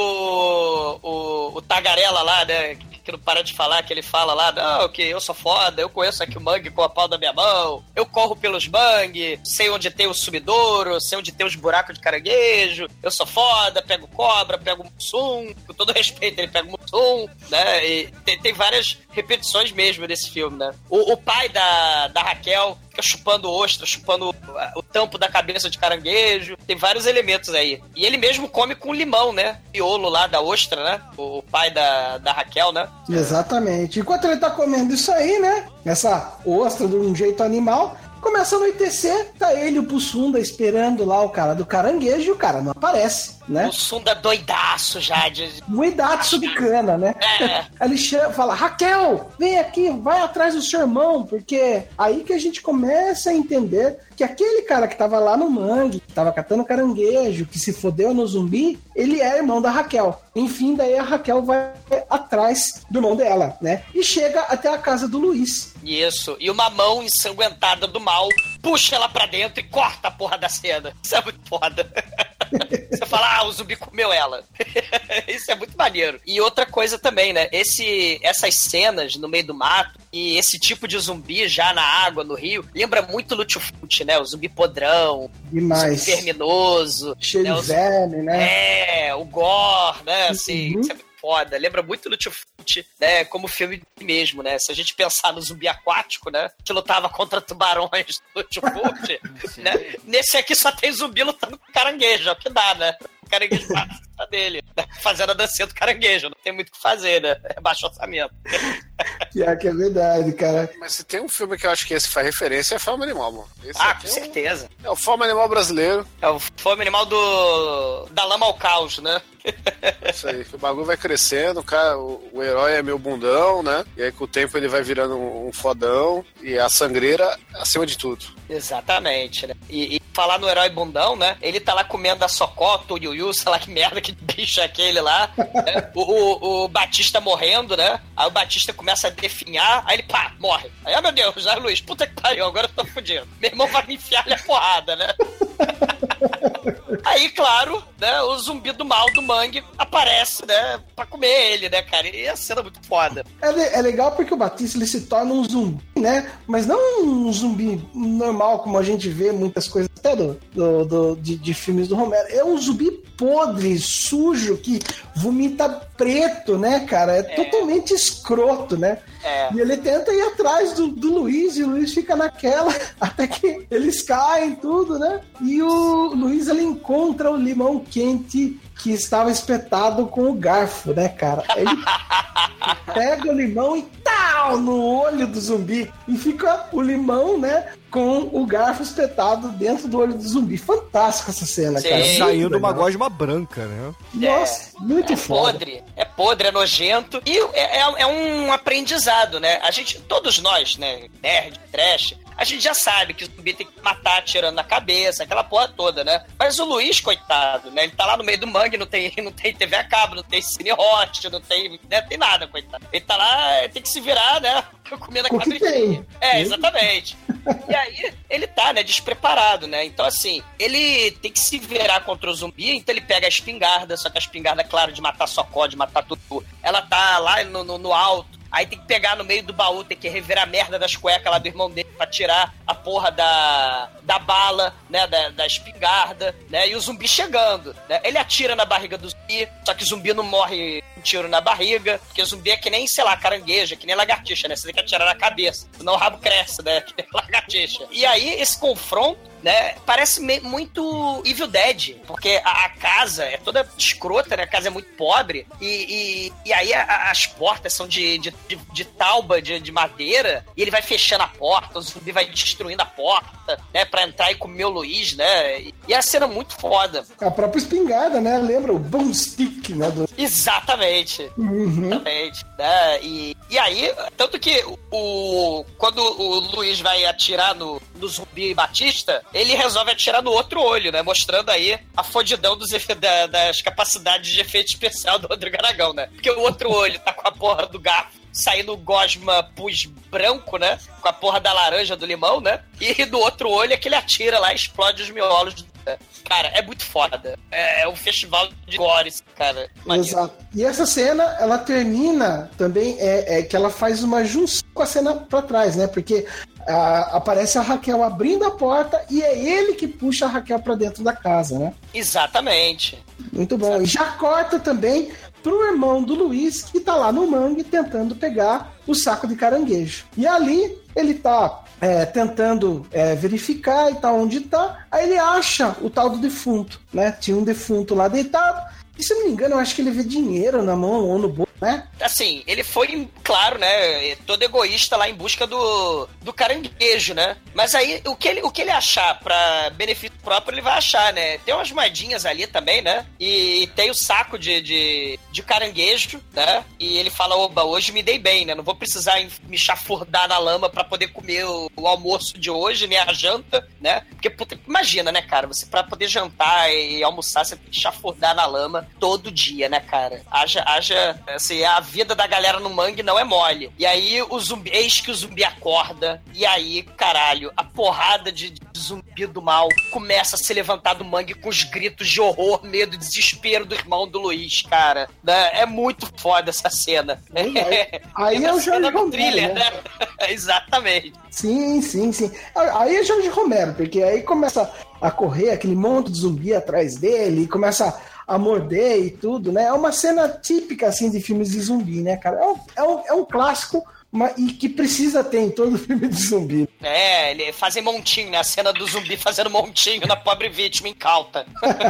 o Tagarela lá, né? Que não para de falar, que ele fala lá, não, que eu sou foda, eu conheço aqui o mangue com a pau da minha mão, eu corro pelos mangue, sei onde tem o sumidouro, sei onde tem os buracos de caranguejo, eu sou foda, pego cobra, pego mussum, com todo respeito, ele pega mussum, né? E tem várias repetições mesmo desse filme, né? O pai da Raquel fica chupando ostra, chupando o tampo da cabeça de caranguejo, tem vários elementos aí. E ele mesmo come com limão, né? Piolo lá da ostra, né? O pai da Raquel, né? Exatamente. Enquanto ele tá comendo isso aí, né? Essa ostra de um jeito animal, começa a anoitecer, tá ele e o Pussunda esperando lá o cara do caranguejo e o cara não aparece, né? O Pussunda doidaço já. Doidaço de cana, né? Aí ele fala, Raquel, vem aqui, vai atrás do seu irmão, porque aí que a gente começa a entender que aquele cara que tava lá no mangue, que tava catando caranguejo, que se fodeu no zumbi, ele é irmão da Raquel. Enfim, daí a Raquel vai atrás do irmão dela, né? E chega até a casa do Luiz. Isso. E uma mão ensanguentada do mal puxa ela pra dentro e corta a porra da cena. Isso é muito foda. Você fala, o zumbi comeu ela. Isso é muito maneiro. E outra coisa também, né? Essas cenas no meio do mato e esse tipo de zumbi já na água, no rio, lembra muito Lúcio-Fute, né? O zumbi podrão. Demais. O zumbi verminoso. Cheio de verme, né? O gore, né? Assim, isso é muito foda. Lembra muito Lúcio-Fute, né? Como filme mesmo, né? Se a gente pensar no zumbi aquático, né? Que lutava contra tubarões do Lúcio-Fute, né? Nesse aqui só tem zumbi lutando com caranguejo, é o que dá, né? O caranguejo passa dele, né? Fazendo a dancinha do caranguejo, não tem muito o que fazer, né? É baixo orçamento. Que é verdade, cara. Mas se tem um filme que eu acho que esse faz referência, é Fome Animal, mano. Esse com certeza. É o Fome Animal brasileiro. É o Fome Animal da lama ao caos, né? Isso aí, que o bagulho vai crescendo, o herói é meio bundão, né? E aí com o tempo ele vai virando um fodão e a sangreira acima de tudo. Exatamente, né? E falar no herói bundão, né? Ele tá lá comendo a Socota, o Yuyu, sei lá que merda, que bicho é aquele lá. Né? O Batista morrendo, né? Aí o Batista começa a definhar, aí ele pá, morre. Aí, meu Deus, Jair Luiz, puta que pariu, agora eu tô fudido. Meu irmão vai me enfiar-lhe a porrada, né? Aí, claro, né, o zumbi do mal do mangue aparece, né, pra comer ele, né, cara? E a cena é muito foda. É legal porque o Batista, ele se torna um zumbi, né? Mas não um zumbi normal, como a gente vê muitas coisas até de filmes do Romero. É um zumbi podre, sujo, que vomita preto, né, cara? É totalmente escroto, né? E ele tenta ir atrás do Luiz, e o Luiz fica naquela, até que eles caem tudo, né? E o Luiz, ele encontra o limão quente que estava espetado com o garfo, né, cara? Ele pega o limão e tal no olho do zumbi, e fica o limão, né, com o garfo espetado dentro do olho do zumbi. Fantástico essa cena, cara. Saiu de uma gosma branca, né? Nossa, muito foda. É podre, é nojento. E é um aprendizado, né? Todos nós, né, nerd, trash, a gente já sabe que o zumbi tem que matar atirando na cabeça, aquela porra toda, né? Mas o Luiz, coitado, né? Ele tá lá no meio do mangue, não tem TV a cabo, não tem Cine Hot, não tem nada, coitado. Ele tá lá, tem que se virar, né? Comendo a cabritinha. Exatamente. E aí, ele tá, né, despreparado, né? Então, assim, ele tem que se virar contra o zumbi, então ele pega a espingarda, só que a espingarda, claro, de matar Socó, de matar tudo, ela tá lá no alto, Aí tem que pegar no meio do baú, tem que revirar a merda das cuecas lá do irmão dele pra tirar a porra da bala, né? Da espingarda, né? E o zumbi chegando, né? Ele atira na barriga do zumbi, só que o zumbi não morre com um tiro na barriga, porque o zumbi é que nem, sei lá, caranguejo, é que nem lagartixa, né? Você tem que atirar na cabeça, senão o rabo cresce, né? Que nem lagartixa. E aí, esse confronto, né, parece muito Evil Dead, porque a casa é toda escrota, né, a casa é muito pobre, e aí as portas são de tauba, de madeira, e ele vai fechando a porta, o zumbi vai destruindo a porta, né, pra entrar e comer o Luiz, né, e a cena muito foda. A própria espingarda, né, lembra o boomstick, né? Exatamente. Exatamente, né, e aí, tanto que quando o Luiz vai atirar no zumbi Batista, ele resolve atirar no outro olho, né? Mostrando aí a fodidão das capacidades de efeito especial do Rodrigo Aragão, né? Porque o outro olho tá com a porra do garfo saindo gosma pus branco, né? Com a porra da laranja do limão, né? E do outro olho é que ele atira lá e explode os miolos. Cara, é muito foda. É um festival de gore, cara. Maneiro. Exato. E essa cena, ela termina também, que ela faz uma junção com a cena pra trás, né? Porque aparece a Raquel abrindo a porta e é ele que puxa a Raquel pra dentro da casa, né? Exatamente. Muito bom. E já corta também pro irmão do Luiz, que tá lá no mangue tentando pegar o saco de caranguejo. E ali ele tá tentando verificar e tal onde tá. Aí ele acha o tal do defunto, né? Tinha um defunto lá deitado. E se eu não me engano, eu acho que ele vê dinheiro na mão ou no bolso, né? Assim, ele foi, claro, né? Todo egoísta lá em busca do caranguejo, né? Mas aí, o que ele achar pra benefício próprio, ele vai achar, né? Tem umas moedinhas ali também, né? E tem o saco de caranguejo, né? E ele fala, oba, hoje me dei bem, né? Não vou precisar me chafurdar na lama pra poder comer o almoço de hoje, nem a janta, né? Porque, puta, imagina, né, cara? Você, pra poder jantar e almoçar, você tem que chafurdar na lama todo dia, né, cara? Haja, assim, a vida da galera no mangue não é mole. E aí, eis que o zumbi acorda, e aí, caralho, a porrada de zumbi do mal começa a se levantar do mangue com os gritos de horror, medo e desespero do irmão do Luiz, cara. É muito foda essa cena. Aí é o Jorge Romero, thriller, né? Exatamente. Sim. Aí é Jorge Romero, porque aí começa a correr aquele monte de zumbi atrás dele, e começa a morder e tudo, né? É uma cena típica, assim, de filmes de zumbi, né, cara? É um clássico, e que precisa ter em todo filme de zumbi. Ele fazem montinho, né? A cena do zumbi fazendo montinho na pobre vítima incauta.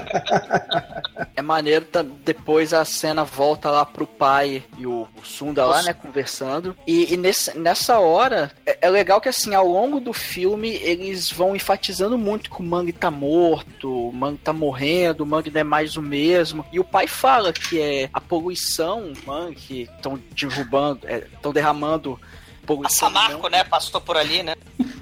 É maneiro, depois a cena volta lá pro pai e o Sunda lá, né, conversando. E nessa hora, é legal que, assim, ao longo do filme, eles vão enfatizando muito que o Mangue tá morto, o Mangue tá morrendo, o Mangue não é mais o mesmo. E o pai fala que a poluição, o Mangue, estão derramando poluição. A Samarco, né, passou por ali, né?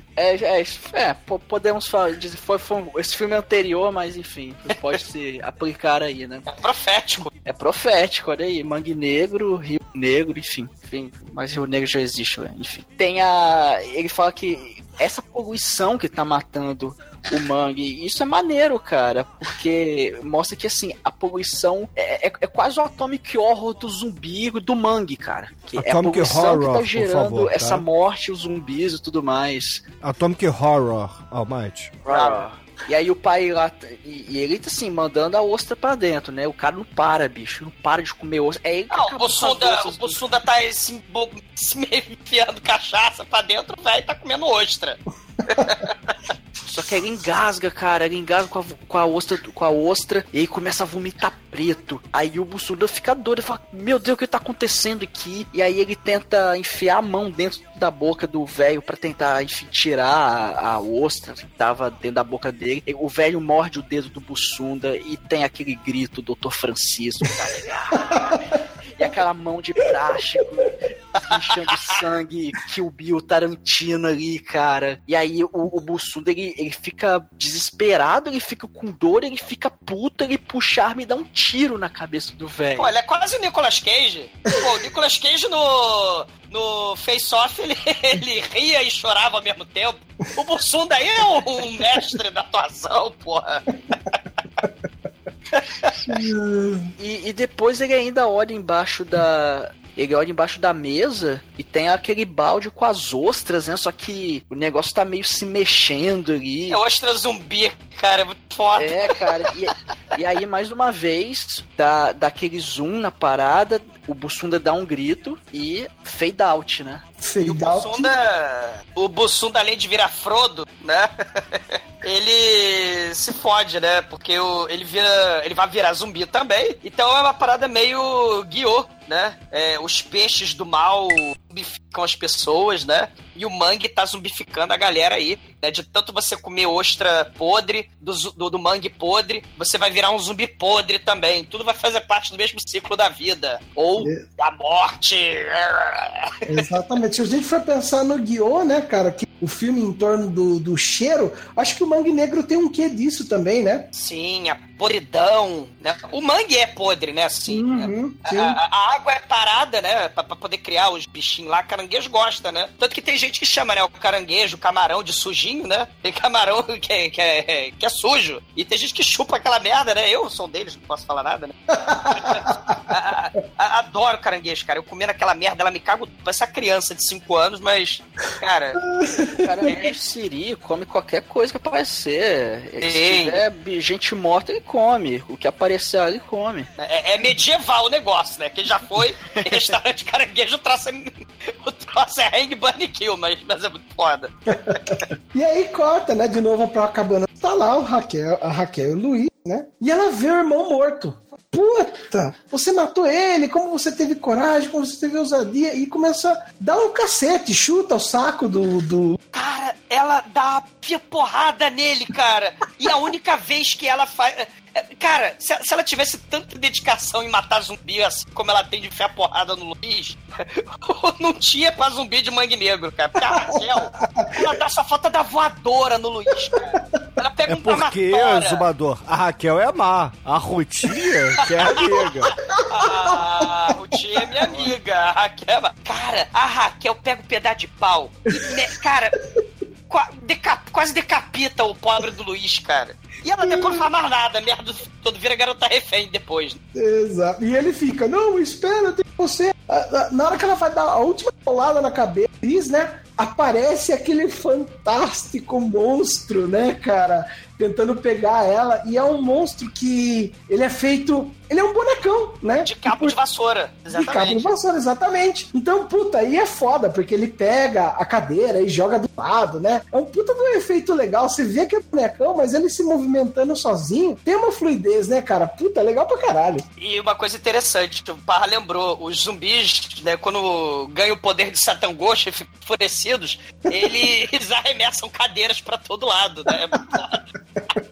Podemos falar, foi esse filme anterior, mas enfim, pode se aplicar aí, né? É profético, olha aí, Mangue Negro, Rio Negro, enfim, mas Rio Negro já existe, enfim. Ele fala que essa poluição que tá matando o Mangue, isso é maneiro, cara, porque mostra que, assim, a poluição é quase o Atomic Horror do zumbi do Mangue, cara. Que é a poluição Horror, que tá gerando favor, tá? Essa morte, os zumbis e tudo mais. Atomic Horror, Almighty. E aí o pai lá, e ele tá assim, mandando a ostra pra dentro, né? O cara não para, bicho, não para de comer ostra. O Bussunda tá se enfiando cachaça pra dentro, o velho tá comendo ostra. Só que ele engasga, cara. Ele engasga com a ostra e aí começa a vomitar preto. Aí o Bussunda fica doido. Ele fala, meu Deus, o que tá acontecendo aqui? E aí ele tenta enfiar a mão dentro da boca do velho pra tentar, enfim, tirar a ostra que tava dentro da boca dele. O velho morde o dedo do Bussunda e tem aquele grito, Dr. Francisco, tá ligado? E aquela mão de plástico enchendo sangue, Kill Bill, Tarantino ali, cara. E aí o Bussunda, ele fica desesperado, ele fica com dor, ele fica puto, ele puxa a arma e dá um tiro na cabeça do velho. Pô, ele é quase o Nicolas Cage. Pô, o Nicolas Cage no Face Off, ele ria e chorava ao mesmo tempo. O Bussunda aí é um mestre da atuação, porra. E depois ele ainda olha embaixo ele olha embaixo da mesa e tem aquele balde com as ostras, né? Só que o negócio tá meio se mexendo ali. É ostra zumbi, cara, é muito foda. É, cara, e aí mais uma vez dá aquele zoom na parada, o Bussunda dá um grito e fade out, né? E o Bussunda, além de virar Frodo, né? Ele se fode, né? Porque ele vai virar zumbi também. Então é uma parada meio guiô, né? Os peixes do mal zumbificam as pessoas, né? E o mangue tá zumbificando a galera aí, né? De tanto você comer ostra podre, do mangue podre, você vai virar um zumbi podre também. Tudo vai fazer parte do mesmo ciclo da vida. Ou da morte. Exatamente. Se a gente for pensar no guiô, né, cara, que o filme em torno do cheiro, acho que o Mangue Negro tem um quê disso também, né? Sim, a podridão, né? O mangue é podre, né? Assim, sim. A água é parada, né? Pra poder criar os bichinhos lá. Caranguejo gosta, né? Tanto que tem gente que chama, né? O caranguejo, o camarão de sujinho, né? Tem camarão que é sujo. E tem gente que chupa aquela merda, né? Eu sou um deles, não posso falar nada, né? Adoro caranguejo, cara. Eu comendo aquela merda, ela me cago. Parece uma criança de 5 anos, mas, cara... Caranguejo siri, come qualquer coisa que aparecer. Se tiver gente morta, ele come. O que aparecer ali, ele come. É medieval o negócio, né? Que já foi restaurante caranguejo, o troço é hang, bunny, kill, mas é muito foda. E aí corta, né? De novo pra cabana. Tá lá a Raquel e o Luiz, né? E ela vê o irmão morto. Puta, você matou ele, como você teve coragem, como você teve ousadia, e começa a dar um cacete, chuta o saco do... Cara, ela dá uma porrada nele, cara. E a única vez que ela faz... Cara, se ela tivesse tanta dedicação em matar zumbi assim como ela tem de enfiar porrada no Luiz, não tinha pra zumbi de Mangue Negro, cara. Porque a Raquel, ela dá só falta da voadora no Luiz, cara. Ela pega um porque, Zumbador, a Raquel é má. A Rutinha, que é amiga. A Rutinha é minha amiga. A Raquel é má. Cara, a Raquel pega um pedaço de pau e, cara, quase decapita o pobre do Luiz, cara. E ela depois não faz mais nada, merda todo vira garota refém depois. Exato. E ele fica, não, espera, tem você. Na hora que ela vai dar a última bolada na cabeça, né? Aparece aquele fantástico monstro, né, cara? Tentando pegar ela. E é um monstro que ele é feito... Ele é um bonecão, né? De cabo de vassoura, exatamente. De cabo de vassoura, exatamente. Então, puta, aí é foda, porque ele pega a cadeira e joga do lado, né? É um puta de um efeito legal. Você vê que é bonecão, mas ele se movimentando sozinho. Tem uma fluidez, né, cara? Puta, legal pra caralho. E uma coisa interessante, o Parra lembrou, os zumbis, né, quando ganham o poder de Satan Ghost e ficam enfurecidos, eles arremessam cadeiras pra todo lado, né? É muito foda.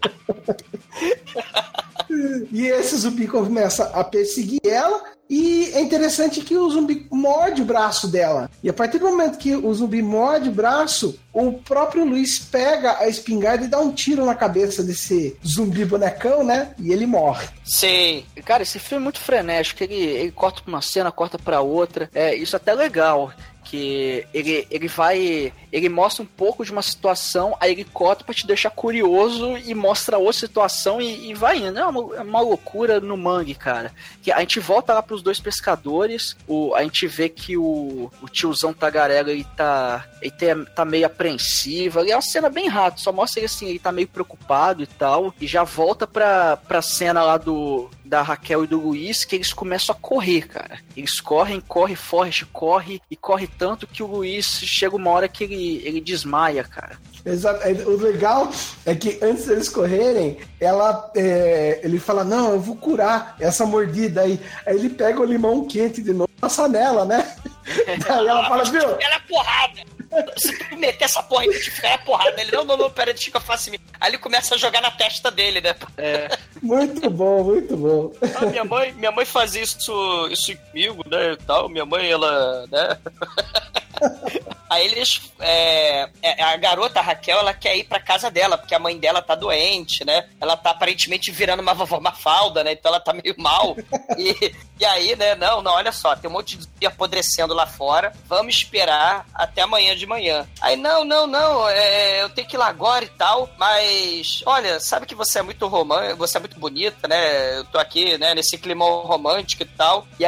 E esse zumbi começa a perseguir ela. E é interessante que o zumbi morde o braço dela. E a partir do momento que o zumbi morde o braço, o próprio Luiz pega a espingarda e dá um tiro na cabeça desse zumbi bonecão, né? E ele morre. Sim. Cara, esse filme é muito frenético. Ele corta pra uma cena, corta pra outra. Isso é até legal. Que ele mostra um pouco de uma situação, aí ele corta pra te deixar curioso e mostra outra situação e vai indo. É uma loucura no Mangue, cara. Que a gente volta lá pros 2 pescadores, a gente vê que o tiozão tagarela ele tá meio apreensivo. É uma cena bem rápida, só mostra ele assim, ele tá meio preocupado e tal, e já volta pra cena lá da Raquel e do Luiz, que eles começam a correr, cara. Eles corre, e corre tanto que o Luiz chega uma hora que ele desmaia, cara. Exato. O legal é que antes deles correrem, ele fala, não, eu vou curar essa mordida aí. Aí ele pega o limão quente de novo e passa nela, né? Aí ela fala, viu? Ela é porrada. Se tu meter essa porra aí, te é porrada. Ele, não, pera, deixa que eu faço isso. Aí ele começa a jogar na testa dele, né? Muito bom, muito bom. Minha mãe fazia isso comigo, né, e tal. Minha mãe, ela, né? Aí eles... a garota, a Raquel, ela quer ir pra casa dela, porque a mãe dela tá doente, né? Ela tá aparentemente virando uma vovó Mafalda, né? Então ela tá meio mal. E aí, né? Não, olha só, tem um monte de zumbi apodrecendo lá fora. Vamos esperar até amanhã de manhã. Aí, não, eu tenho que ir lá agora e tal, mas, olha, sabe que você é muito romântica, você é muito bonita, né? Eu tô aqui, né, nesse climão romântico e tal. E aí,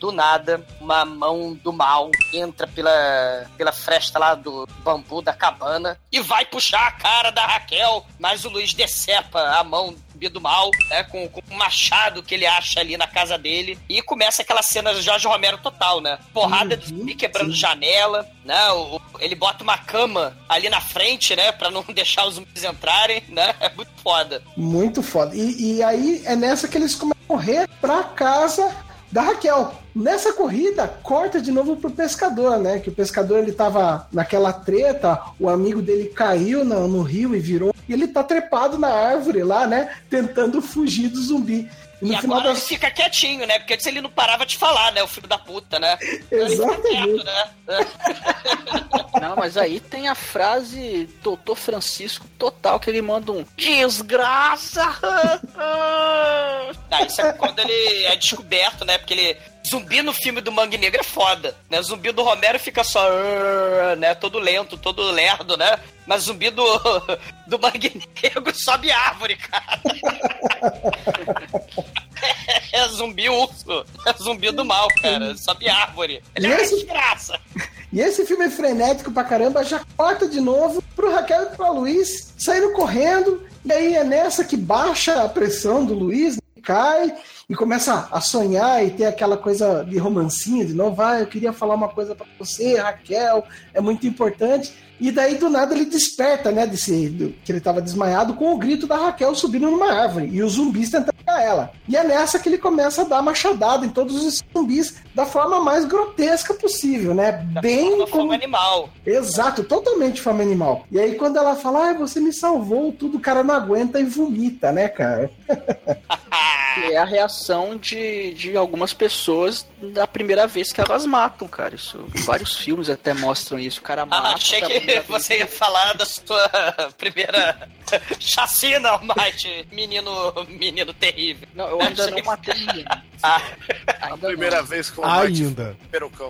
do nada, uma mão do mal entra pela fresta lá do bambu da cabana e vai puxar a cara da Raquel, mas o Luiz decepa a mão do mal, né, com um machado que ele acha ali na casa dele, e começa aquela cena do Jorge Romero total, né? Porrada de zumbi quebrando janela, né? Ele bota uma cama ali na frente, né, pra não deixar os zumbis entrarem, né? É muito foda. Muito foda. E aí é nessa que eles começam a correr pra casa da Raquel. Nessa corrida, corta de novo pro pescador, né? Que o pescador, ele tava naquela treta, o amigo dele caiu no rio e virou. E ele tá trepado na árvore lá, né? Tentando fugir do zumbi. E no final ele fica quietinho, né? Porque antes ele não parava de falar, né? O filho da puta, né? Exatamente. Quieto, né? Não, mas aí tem a frase Doutor Francisco total, que ele manda um desgraça! Isso é quando ele é descoberto, né? Porque ele... Zumbi no filme do Mangue Negro é foda, né? Zumbi do Romero fica só, né? Todo lento, todo lerdo, né? Mas zumbi do Mangue Negro sobe árvore, cara. É zumbi urso. É zumbi do mal, cara. Sobe árvore. Ele é desgraça. E esse filme é frenético pra caramba, já corta de novo pro Raquel e pro Luiz saindo correndo. E aí é nessa que baixa a pressão do Luiz, cai e começa a sonhar e ter aquela coisa de romancinha, de novo, eu queria falar uma coisa pra você, Raquel, é muito importante. E daí do nada ele desperta, né, que ele tava desmaiado, com o grito da Raquel subindo numa árvore e os zumbis tentando pegar ela. E é nessa que ele começa a dar machadada em todos os zumbis da forma mais grotesca possível, né? Bem como animal. Exato, totalmente forma animal. E aí quando ela fala, você me salvou, tudo, o cara não aguenta e vomita, né, cara? É a reação de algumas pessoas da primeira vez que elas matam, cara. Isso, vários filmes até mostram isso. O cara mata. Achei que você ia falar da sua primeira chacina, Almighty, menino terrível. Não, eu ainda não matei ninguém. A primeira vez que o Almighty perocão.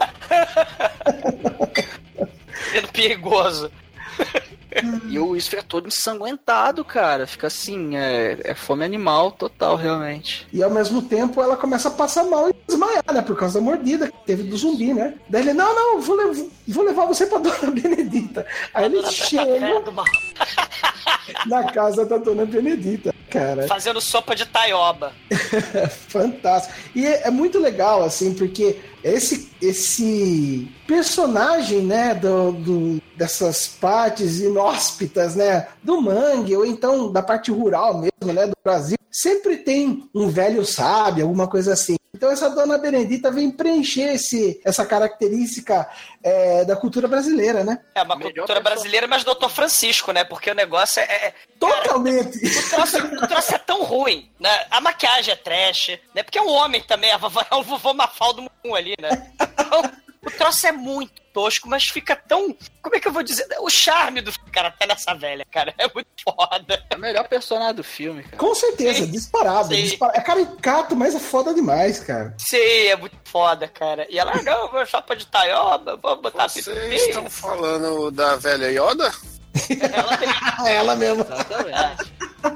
Menino perigoso. E o Luiz fica todo ensanguentado, cara. Fica assim, é fome animal total, realmente. E ao mesmo tempo ela começa a passar mal e desmaiar, né? Por causa da mordida que teve do zumbi, né? Daí ele, não, vou levar você pra Dona Benedita. Aí ele chega na casa da Dona Benedita, cara. Fazendo sopa de taioba. Fantástico. E é muito legal, assim, porque esse personagem, né, dessas partes inóspitas, né, do mangue, ou então da parte rural mesmo, né, do Brasil, sempre tem um velho sábio, alguma coisa assim. Então essa Dona Benedita vem preencher essa característica da cultura brasileira, né? É uma cultura brasileira, mas Doutor Francisco, né? Porque o negócio Totalmente! Cara, o troço é tão ruim, né? A maquiagem é trash, né? Porque é um homem também, é o vovô Mafaldo ali, né? Então, o troço é muito tosco, mas fica tão... Como é que eu vou dizer? O charme do cara tá nessa velha, cara. É muito foda. É o melhor personagem do filme, cara. Com certeza, disparado. É caricato, mas é foda demais, cara. Sim, é muito foda, cara. E ela, não, vou chapa de taioba, vou botar... Vocês estão falando da velha Yoda? Ela mesmo. Exatamente.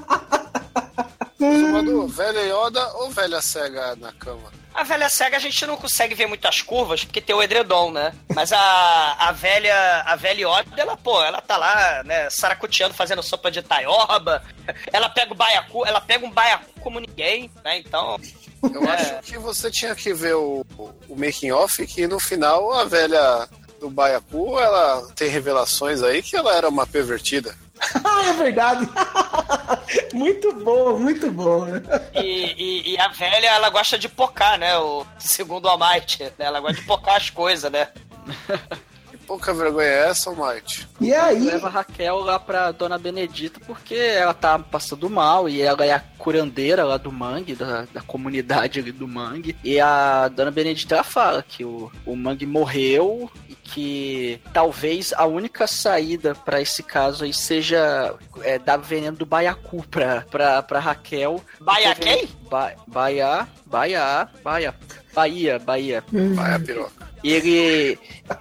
Velha Yoda ou velha cega na cama? A velha cega a gente não consegue ver muitas curvas porque tem o edredom, né? Mas a velha Yoda, ela tá lá, né, saracoteando, fazendo sopa de taioba. Ela pega um baiacu como ninguém, né? Então... Eu acho que você tinha que ver o making off, que no final a velha do baiacu, ela tem revelações aí que ela era uma pervertida. É verdade. Muito bom, muito bom. E a velha, ela gosta de pocar, né? Segundo o Almighty, né? Ela gosta de pocar as coisas, né? Que pouca vergonha é essa, Almighty? E aí? Leva a Raquel lá pra Dona Benedita porque ela tá passando mal e ela é a curandeira lá do mangue, da comunidade ali do mangue. E a Dona Benedita, ela fala que o mangue morreu e que talvez a única saída pra esse caso aí seja dar veneno do baiacu pra Raquel. Baia quem? Bahia piroca. Bahia piroca. E ele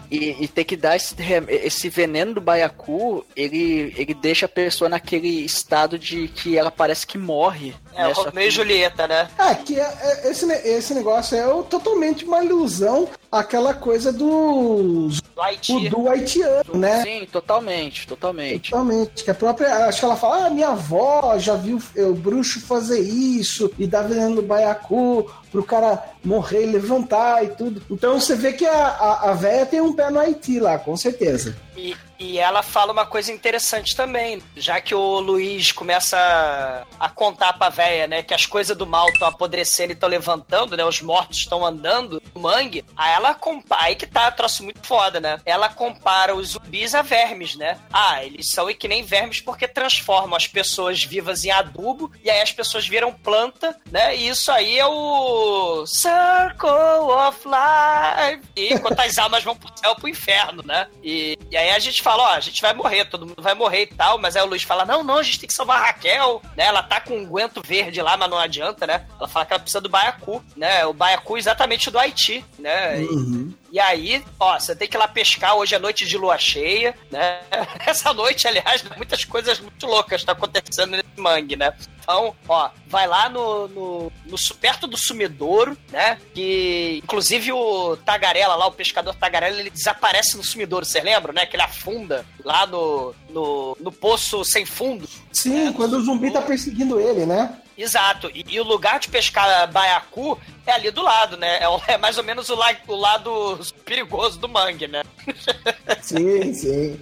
E tem que dar esse veneno do baiacu, ele deixa a pessoa naquele estado de que ela parece que morre. É, o Romeu e Julieta, né? Esse negócio é totalmente uma ilusão, aquela coisa do haitiano, né? Sim, totalmente. Totalmente. Que a própria, acho que ela fala, minha avó já viu o bruxo fazer isso, e dar veneno no baiacu pro cara morrer e levantar e tudo. Então você vê que a véia tem um pé no Haiti lá, com certeza. E ela fala uma coisa interessante também, já que o Luiz começa a contar pra véia, né, que as coisas do mal estão apodrecendo e estão levantando, né, os mortos estão andando no mangue, aí ela compara, aí que tá, troço muito foda, né, ela compara os zumbis a vermes, né, eles são que nem vermes porque transformam as pessoas vivas em adubo, e aí as pessoas viram planta, né, e isso aí é o Circle of Life, e enquanto as almas vão pro céu, pro inferno, né, e aí a gente fala, a gente vai morrer, todo mundo vai morrer e tal, mas aí o Luiz fala, não, a gente tem que salvar a Raquel, né, ela tá com um guento verde lá, mas não adianta, né, ela fala que ela precisa do baiacu, né, o baiacu exatamente do Haiti, né, E aí, você tem que ir lá pescar, hoje é noite de lua cheia, né, essa noite, aliás, muitas coisas muito loucas estão acontecendo nesse mangue, né, então, vai lá perto do sumidouro, né, que inclusive o Tagarela lá, o pescador Tagarela, ele desaparece no sumidouro, você lembra, né, que ele afunda lá no poço sem fundo. Sim, né? Quando o zumbi tá perseguindo ele, né? Exato, e o lugar de pescar baiacu é ali do lado, né? É mais ou menos o lado perigoso do mangue, né? Sim.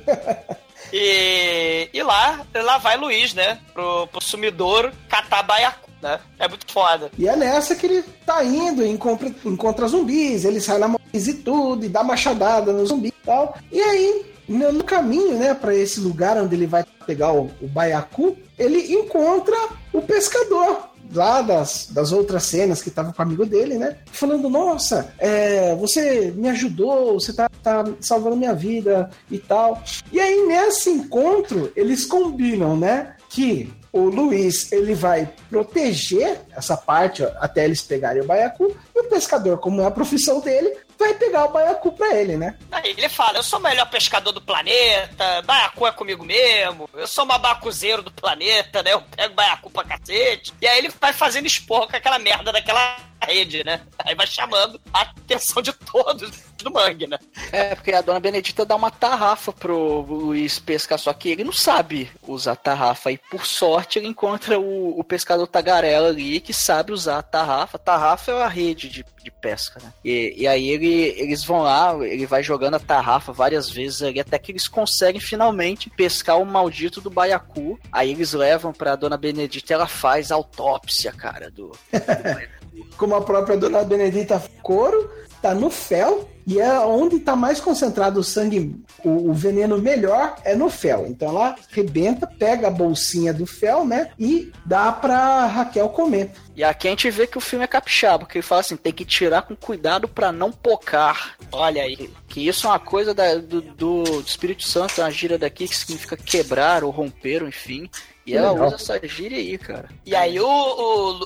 E lá vai Luiz, né? Pro sumidouro catar baiacu, né? É muito foda. E é nessa que ele tá indo e encontra zumbis, ele sai na mãozinha e tudo, e dá machadada no zumbi e tal. E aí, no caminho, né, pra esse lugar onde ele vai pegar o baiacu, ele encontra o pescador lá das outras cenas que tava com o amigo dele, né? Falando, nossa, você me ajudou, você tá salvando minha vida e tal. E aí, nesse encontro, eles combinam, né? Que o Luiz, ele vai proteger essa parte até eles pegarem o baiacu, e o pescador, como é a profissão dele, vai pegar o baiacu pra ele, né? Aí ele fala, eu sou o melhor pescador do planeta, baiacu é comigo mesmo, eu sou o babacuzeiro do planeta, né? Eu pego baiacu pra cacete. E aí ele vai fazendo esporro com aquela merda daquela rede, né? Aí vai chamando a atenção de todos do mangue, né? Porque a dona Benedita dá uma tarrafa pro Luiz pescar, só que ele não sabe usar tarrafa, e por sorte ele encontra o pescador Tagarela ali, que sabe usar a tarrafa. Tarrafa é a rede de pesca, né? E aí eles vão lá, ele vai jogando a tarrafa várias vezes ali, até que eles conseguem finalmente pescar o maldito do baiacu. Aí eles levam pra dona Benedita e ela faz a autópsia, cara, do Como a própria dona Benedita Coro tá no fel, e é onde tá mais concentrado o sangue, o veneno melhor é no fel. Então ela rebenta, pega a bolsinha do fel, né, e dá pra Raquel comer. E aqui a gente vê que o filme é capixaba, porque ele fala assim, tem que tirar com cuidado pra não pocar. Olha aí. Que isso é uma coisa do Espírito Santo, é uma gíria daqui que significa quebrar ou romper, ou enfim. E ela usa essa gíria aí, cara. E aí o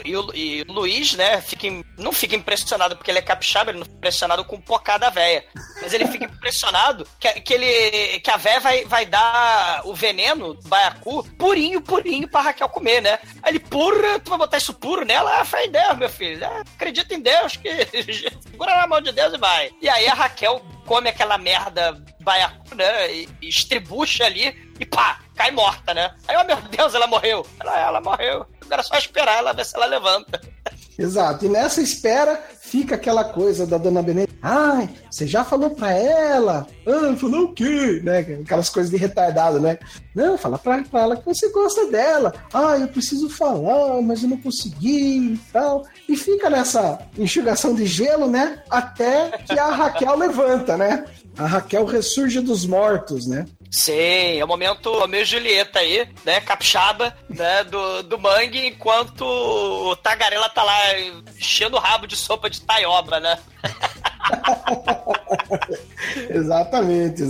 Luiz, né, não fica impressionado porque ele é capixaba, ele não fica impressionado com o pocá da véia. Mas ele fica impressionado que a véia vai dar o veneno do baiacu purinho pra Raquel comer, né? Aí ele, porra, tu vai botar isso puro nela? Fé em Deus, meu filho. Acredita em Deus, que segura na mão de Deus e vai. E aí a Raquel come aquela merda baiacu, né, e estribucha ali e pá, cai morta, né? Aí, meu Deus, ela morreu. Ela morreu. Agora é só esperar ela ver se ela levanta. Exato. E nessa espera fica aquela coisa da dona Benedita. Ai, você já falou pra ela? Falou o quê? Né? Aquelas coisas de retardado, né? Não, fala pra ela que você gosta dela. Eu preciso falar, mas eu não consegui e tal. E fica nessa enxugação de gelo, né? Até que a Raquel levanta, né? A Raquel ressurge dos mortos, né? Sim, é o momento Romeu e Julieta aí, né, capixaba, né, do mangue, enquanto o Tagarela tá lá enchendo o rabo de sopa de taioba, né? Exatamente.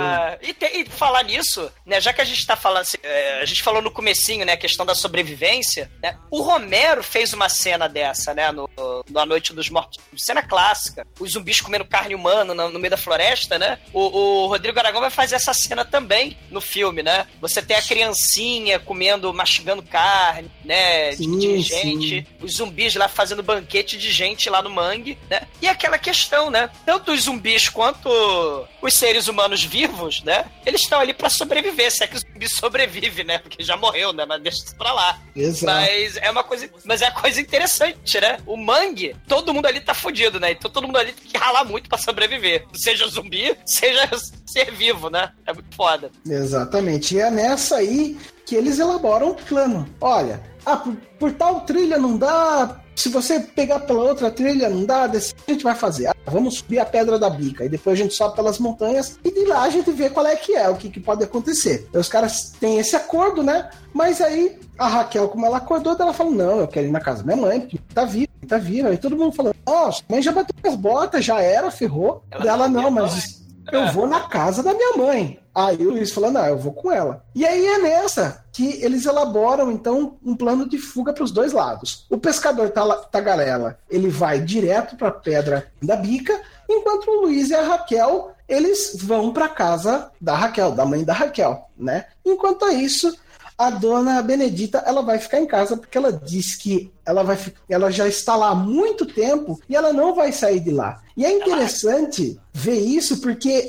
E falar nisso, né, já que a gente tá falando, a gente falou no comecinho, né, a questão da sobrevivência, né, o Romero fez uma cena dessa, né, no A Noite dos Mortos, cena clássica, os zumbis comendo carne humana no meio da floresta, né, o Rodrigo Aragão vai fazer essa cena também no filme, né, você tem a criancinha mastigando carne, né, de gente, os zumbis lá fazendo banquete de gente lá no mangue, né, e aquela questão, né, tanto os zumbis quanto os seres humanos vivos, né, eles estão ali pra sobreviver, se é que o zumbi sobrevive, né, porque já morreu, né, mas deixa isso pra lá. Exato. Mas é uma coisa interessante, né, o mangue, todo mundo ali tá fudido, né, então todo mundo ali tem que ralar muito pra sobreviver, seja zumbi, seja ser vivo, né, é muito foda. Exatamente, e é nessa aí que eles elaboram um plano. Olha, por tal trilha não dá, se você pegar pela outra trilha não dá, desse a gente vai fazer. Vamos subir a Pedra da Bica, e depois a gente sobe pelas montanhas, e de lá a gente vê qual é, o que pode acontecer. Aí os caras têm esse acordo, né? Mas aí a Raquel, como ela acordou, ela falou, não, eu quero ir na casa da minha mãe, porque tá viva. Aí todo mundo falou, nossa, a mãe já bateu as botas, já era, ferrou. Ela não, mas eu vou na casa da minha mãe. Aí o Luiz falou, não, eu vou com ela. E aí é nessa que eles elaboram, então, um plano de fuga para os dois lados. O pescador tagarela, ele vai direto para a Pedra da Bica, enquanto o Luiz e a Raquel, eles vão para a casa da Raquel, da mãe da Raquel, né? Enquanto isso, a dona Benedita, ela vai ficar em casa porque ela diz que ela já está lá há muito tempo e ela não vai sair de lá. E é interessante ver isso porque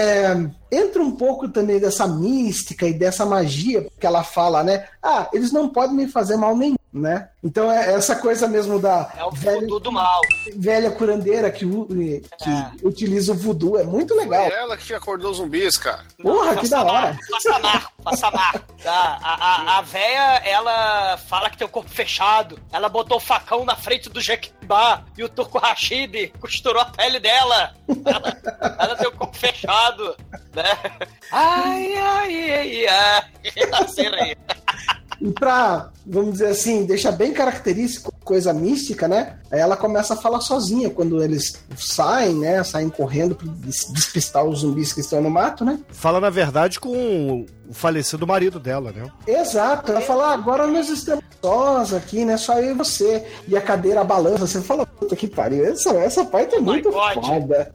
entra um pouco também dessa mística e dessa magia que ela fala, né? Eles não podem me fazer mal nenhum, né? Então é essa coisa mesmo da voodoo do mal. Velha curandeira que utiliza o voodoo, é muito legal. Foi ela que acordou os zumbis, cara. Porra, que da hora. Passa marco. A véia, ela fala que tem o corpo fechado. Ela botou o facão na frente do Jequitibá e o Turco Rashid costurou a pele dela. Ela tem o corpo fechado, né? Ai. A cena aí. E pra, vamos dizer assim, deixar bem característico, coisa mística, né? Aí ela começa a falar sozinha quando eles saem, né? Saem correndo pra despistar os zumbis que estão no mato, né? Fala, na verdade, com o falecido marido dela, né? Exato. Ela fala, agora nós estamos sós aqui, né? Só eu e você. E a cadeira balança. Você fala, puta que pariu. Essa parte é muito foda.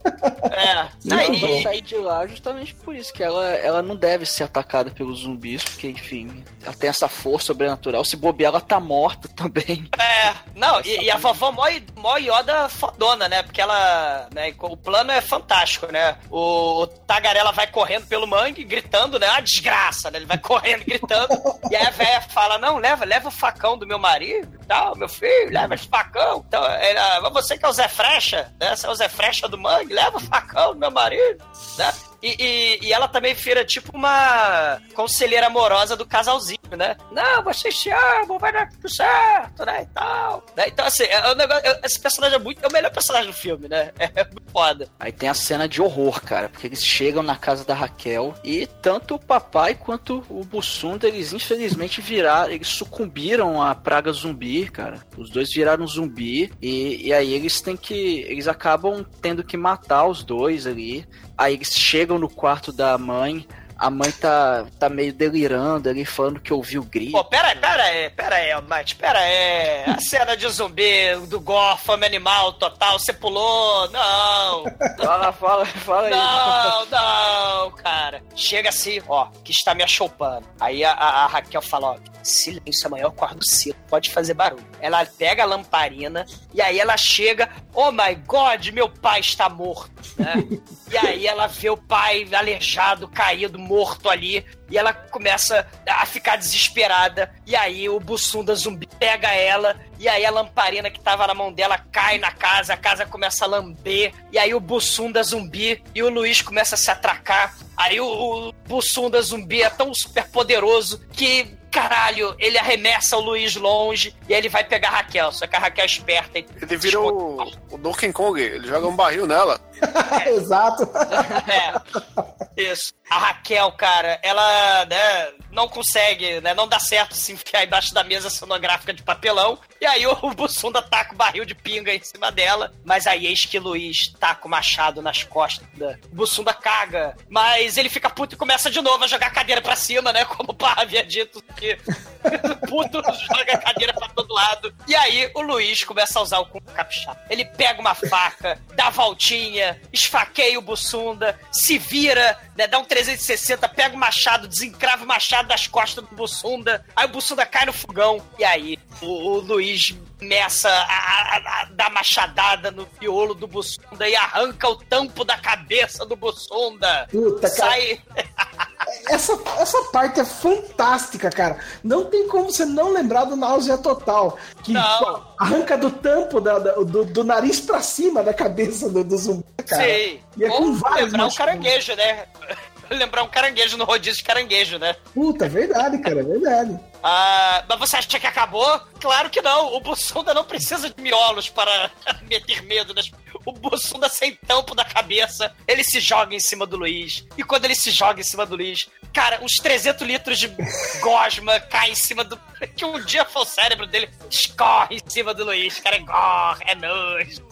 Ela sair de lá justamente por isso, que ela não deve ser atacada pelos zumbis, porque, enfim, ela tem essa força sobrenatural. Se bobear, ela tá morta também. E a vovó mó Yoda fodona, né? Porque ela, né, o plano é fantástico, né? O tagarela vai correndo pelo mangue, gritando, né? A desgraça, né? Ele vai correndo, gritando. E aí a véia fala, não, leva o facão do meu marido e tal, meu filho, leva esse facão. Então, você que é o Zé Frecha, né? Você é o Zé Frecha do mangue, leva o facão do meu marido, né? E ela também vira tipo uma conselheira amorosa do casalzinho, né? Não, vocês se amam, vai dar tudo certo, né? E tal. Né? Então, assim, esse personagem é o melhor personagem do filme, né? É muito foda. Aí tem a cena de horror, cara, porque eles chegam na casa da Raquel e tanto o papai quanto o Bussunda, eles infelizmente eles sucumbiram à praga zumbi, cara. Os dois viraram zumbi e aí eles acabam tendo que matar os dois ali. Aí eles chegam no quarto da mãe, a mãe tá meio delirando ali, falando que ouviu grito. Pô, pera aí, Mate, a cena de zumbi, do gore, fome animal total, você pulou, não. Fala aí. Não, cara. Chega assim, ó, que está me achoupando. Aí a Raquel fala, ó, silêncio, amanhã eu acordo cedo, pode fazer barulho. Ela pega a lamparina e aí ela chega, oh my God, meu pai está morto, né? E aí ela vê o pai aleijado, caído, morto ali, e ela começa a ficar desesperada, e aí o Bussunda zumbi pega ela, e aí a lamparina que tava na mão dela cai na casa, a casa começa a lamber, e aí o Bussunda zumbi e o Luiz começa a se atracar, aí o Bussunda zumbi é tão super poderoso que, caralho, ele arremessa o Luiz longe, e aí ele vai pegar a Raquel, só que a Raquel é esperta. Ele vira o Donkey Kong, ele joga um barril nela. Exato. Isso. a Raquel, cara, ela, né, não consegue, né, não dá certo se enfiar embaixo da mesa cenográfica de papelão. E aí o Bussunda taca o barril de pinga em cima dela. Mas aí eis que Luiz taca o machado nas costas da Bussunda, caga. Mas ele fica puto e começa de novo a jogar a cadeira pra cima, né? Como o Parra havia dito, que puto joga a cadeira pra todo lado. E aí o Luiz começa a usar o Kung Fu Capixaba. Ele pega uma faca, dá a voltinha, esfaqueia o Bussunda, se vira, né, dá um 360, pega o machado, desencrava o machado das costas do Bussunda. Aí o Bussunda cai no fogão. E aí o Luiz começa a dar machadada no piolo do Bussunda e arranca o tampo da cabeça do Bussunda. Puta, sai... Essa parte é fantástica, cara. Não tem como você não lembrar do Náusea Total. Que pô, arranca do tampo do nariz pra cima da cabeça do zumbi, cara. Sim. E é com vários lembrar um caranguejo, né? Lembrar um caranguejo no rodízio de caranguejo, né? Puta, é verdade, cara, é verdade. Mas você acha que acabou? Claro que não. O Bussunda não precisa de miolos para meter medo nas... O Bussunda sem tampo da cabeça, ele se joga em cima do Luiz. E quando ele se joga em cima do Luiz, cara, uns 300 litros de gosma caem em cima do... Que um dia foi o cérebro dele, escorre em cima do Luiz. Cara, é nojo.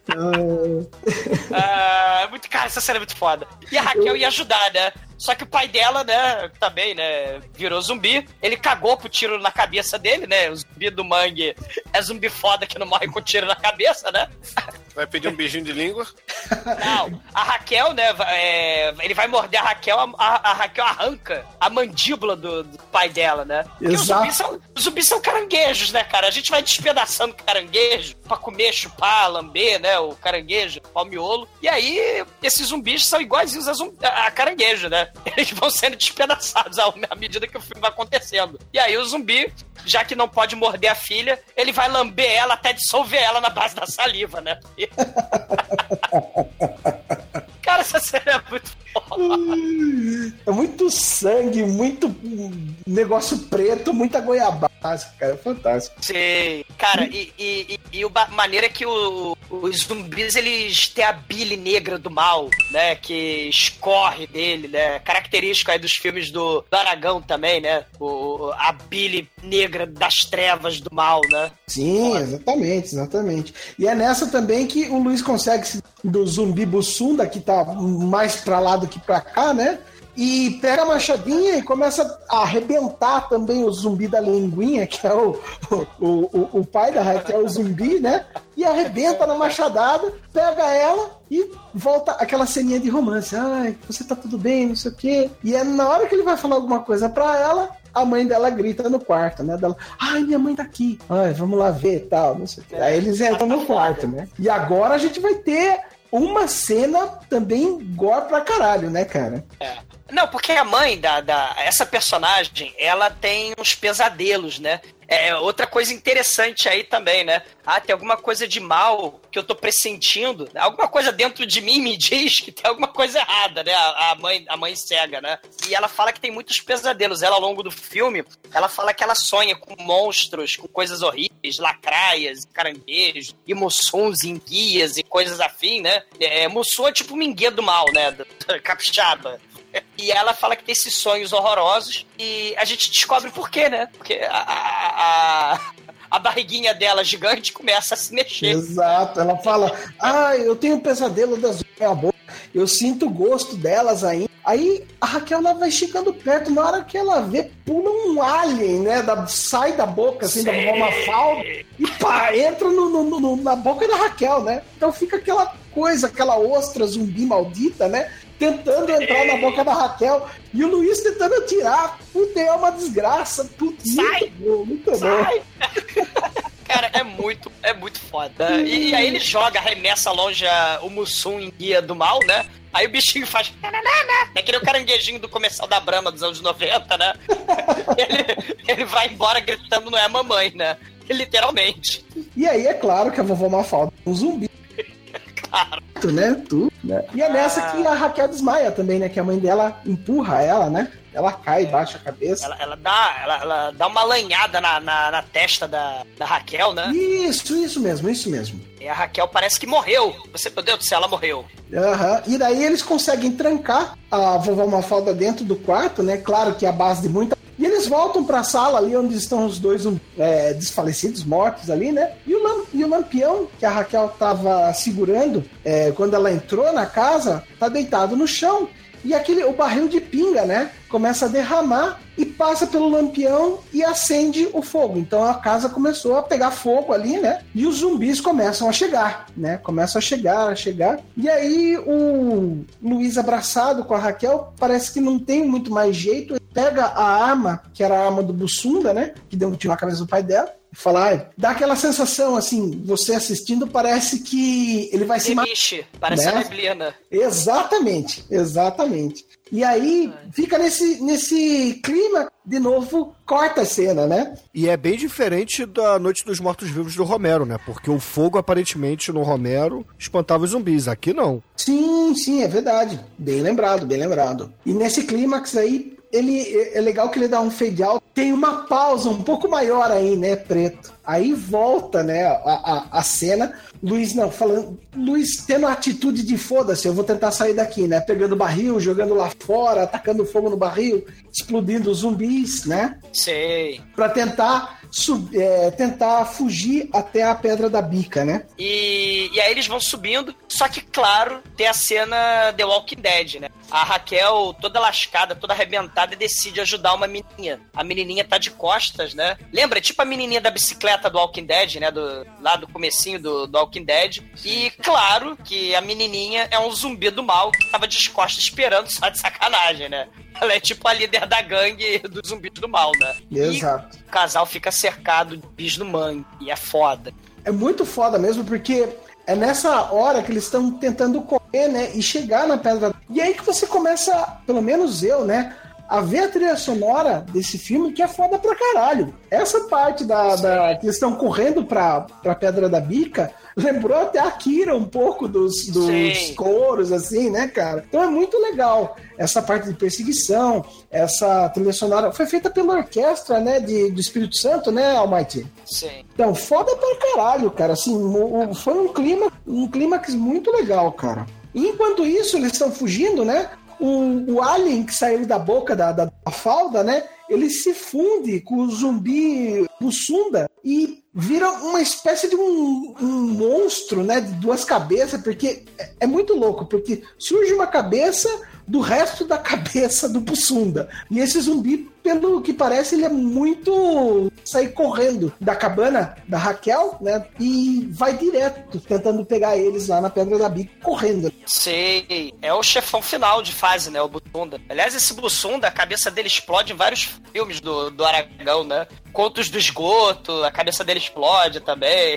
Muito, cara, essa cena é muito foda. E a Raquel ia ajudar, né? Só que o pai dela, né, também, né, virou zumbi. Ele cagou pro tiro na cabeça dele, né? O zumbi do Mangue é zumbi foda que não morre com tiro na cabeça, né? Vai pedir um beijinho de língua? Não, a Raquel, né, ele vai morder a Raquel, a Raquel arranca a mandíbula do pai dela, né? Porque os zumbis são caranguejos, né, cara? A gente vai despedaçando caranguejo pra comer, chupar, lamber, né, o caranguejo, o miolo. E aí, esses zumbis são iguaizinhos a caranguejo, né? Eles vão sendo despedaçados à medida que o filme vai acontecendo. E aí o zumbi, já que não pode morder a filha, ele vai lamber ela até dissolver ela na base da saliva, né? Cara, essa cena é muito foda. É muito sangue, muito negócio preto, muita goiabada, cara, é fantástico. Sim, cara, e a maneira que os zumbis, eles têm a bile negra do mal, né, que escorre dele, né, característico aí dos filmes do Aragão também, né, a bile negra das trevas do mal, né. Sim, exatamente. E é nessa também que o Luiz consegue do zumbi Bussunda, que tá mais pra lá do que pra cá, né? E pega a machadinha e começa a arrebentar também o zumbi da linguinha, que é o pai da Raquel, o zumbi, né? E arrebenta na machadada, pega ela e volta aquela ceninha de romance. Ai, você tá tudo bem, não sei o quê. E é na hora que ele vai falar alguma coisa pra ela, a mãe dela grita no quarto, né? Dela, ai, minha mãe tá aqui. Ai, vamos lá ver e tal, não sei o quê. Aí eles entram no quarto, né? E agora a gente vai ter uma cena também gore pra caralho, né, cara? Não, porque a mãe essa personagem, ela tem uns pesadelos, né? Outra coisa interessante aí também, né? Tem alguma coisa de mal que eu tô pressentindo. Alguma coisa dentro de mim me diz que tem alguma coisa errada, né? A mãe cega, né? E ela fala que tem muitos pesadelos. Ela, ao longo do filme, ela fala que ela sonha com monstros, com coisas horríveis, lacraias, caranguejos, e mussuns, enguias e coisas afim, né? Mussum é tipo um minguê do mal, né? Capixaba. E ela fala que tem esses sonhos horrorosos e a gente descobre por quê, né? Porque a barriguinha dela gigante começa a se mexer. Exato, ela fala, eu tenho um pesadelo das minha boca, eu sinto o gosto delas ainda. Aí a Raquel ela vai chegando perto, na hora que ela vê, pula um alien, né? Sai da boca, assim, da Mafalda e pá, entra na boca da Raquel, né? Então fica aquela coisa, aquela ostra zumbi maldita, né? Tentando entrar na boca da Raquel e o Luiz tentando atirar. Puta, é uma desgraça. Puta, sai! Muito bom. Cara, é muito foda. E aí ele joga, arremessa longe o Mussum em guia do mal, né? Aí o bichinho faz... É que nem o caranguejinho do comercial da Brahma dos anos 90, né? ele vai embora gritando, não é a mamãe, né? Literalmente. E aí é claro que a vovó Mafalda é um zumbi. Claro. Né? Tudo, né? E é nessa que a Raquel desmaia também, né? Que a mãe dela empurra ela, né? Ela cai, baixa a cabeça. Ela dá uma lanhada na testa da Raquel, né? Isso mesmo. E a Raquel parece que morreu. Meu Deus do céu, ela morreu. E daí eles conseguem trancar a vovó Mafalda dentro do quarto, né? Claro que é a base de muita... E eles voltam pra sala ali onde estão os dois desfalecidos, mortos ali, né? E o lampião que a Raquel tava segurando quando ela entrou na casa, tá deitado no chão. E o barril de pinga, né? Começa a derramar e passa pelo lampião e acende o fogo. Então a casa começou a pegar fogo ali, né? E os zumbis começam a chegar, né? Começam a chegar. E aí o Luiz, abraçado com a Raquel, parece que não tem muito mais jeito. Ele pega a arma, que era a arma do Bussunda, né? Que deu um tiro na cabeça do pai dela. Falar, dá aquela sensação, assim, você assistindo, parece que ele vai se matar. Parece a neblina. Exatamente. E aí, fica nesse clima, de novo, corta a cena, né? E é bem diferente da Noite dos Mortos-Vivos do Romero, né? Porque o fogo, aparentemente, no Romero, espantava os zumbis. Aqui, não. Sim, é verdade. Bem lembrado. E nesse clímax aí, é legal que ele dá um fade out, tem uma pausa um pouco maior aí, né, preto. Aí volta, né, a cena, Luiz tendo a atitude de foda-se, eu vou tentar sair daqui, né, pegando barril, jogando lá fora, atacando fogo no barril, explodindo os zumbis, né? Sei. Pra tentar fugir até a Pedra da Bica, né? E aí eles vão subindo, só que, claro, tem a cena The Walking Dead, né? A Raquel, toda lascada, toda arrebentada, decide ajudar uma menininha. A menininha tá de costas, né? Lembra? Tipo a menininha da bicicleta do Walking Dead, né? Lá do comecinho do Walking Dead. E, claro, que a menininha é um zumbi do mal que tava de costas esperando, só de sacanagem, né? Ela é tipo a líder da gangue dos zumbis do mal, né? Exato. E o casal fica cercado de bis no mangue. E é foda. É muito foda mesmo, porque é nessa hora que eles estão tentando correr, né? E chegar na Pedra. E aí que você começa, pelo menos eu, né? A ver a trilha sonora desse filme, que é foda pra caralho. Essa parte que eles estão correndo pra Pedra da Bica lembrou até a Akira um pouco dos coros, assim, né, cara? Então é muito legal essa parte de perseguição, essa trilha sonora. Foi feita pela orquestra, né, do Espírito Santo, né, Almighty? Sim. Então, foda pra caralho, cara. Assim, foi um clímax muito legal, cara. E enquanto isso, eles estão fugindo, né? O alien que saiu da boca da Mafalda, né? Ele se funde com o zumbi Bussunda e vira uma espécie de um monstro, né? De duas cabeças, porque é muito louco, porque surge uma cabeça do resto da cabeça do Bussunda. E esse zumbi, pelo que parece, ele é muito... sair correndo da cabana da Raquel, né? E vai direto, tentando pegar eles lá na Pedra da Bica, correndo. Sei. É o chefão final de fase, né? O Bussunda. Aliás, esse Bussunda, a cabeça dele explode em vários filmes do Aragão, né? Contos do Esgoto, a cabeça dele explode também.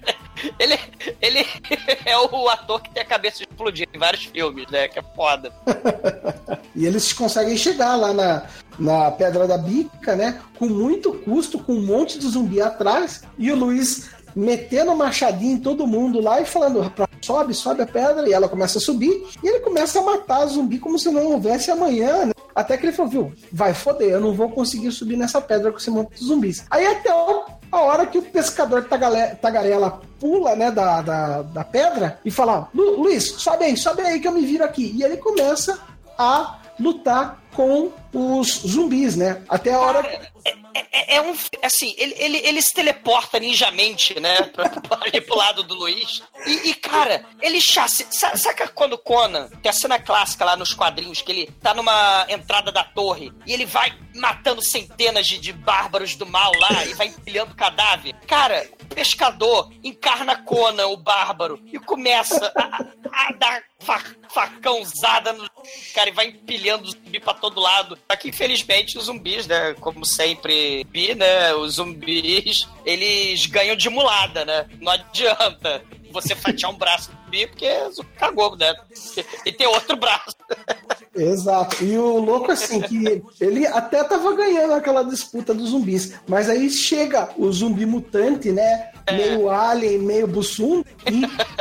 Ele é o ator que tem a cabeça explodida em vários filmes, né? Que é foda. E eles conseguem chegar lá na Pedra da Bica, né? Com muito custo, com um monte de zumbi atrás. E o Luiz metendo machadinho em todo mundo lá e falando, sobe a pedra. E ela começa a subir. E ele começa a matar zumbi como se não houvesse amanhã, né? Até que ele falou, viu, vai foder, eu não vou conseguir subir nessa pedra com esse monte de zumbis. Aí até a hora que o pescador tagarela pula, né, da pedra e fala, Luiz, sobe aí que eu me viro aqui. E ele começa a lutar com os zumbis, né? Até a hora... Assim, ele se teleporta ninjamente, né? Ali pro lado do Luiz. E cara, ele chasse. Saca quando o Conan, tem a cena clássica lá nos quadrinhos, que ele tá numa entrada da torre e ele vai matando centenas de bárbaros do mal lá e vai empilhando cadáver. Cara, o pescador encarna Conan, o bárbaro, e começa a dar facãozada no cara e vai empilhando zumbi pra todo lado. Só que infelizmente os zumbis, né, como sempre vi, né, os zumbis, eles ganham de mulada, né? Não adianta você fatiar um braço do zumbi porque o zumbi cagou, né? E tem outro braço. Exato. E o louco, assim, que ele até tava ganhando aquela disputa dos zumbis, mas aí chega o zumbi mutante, né? Meio alien, meio Bussunda, e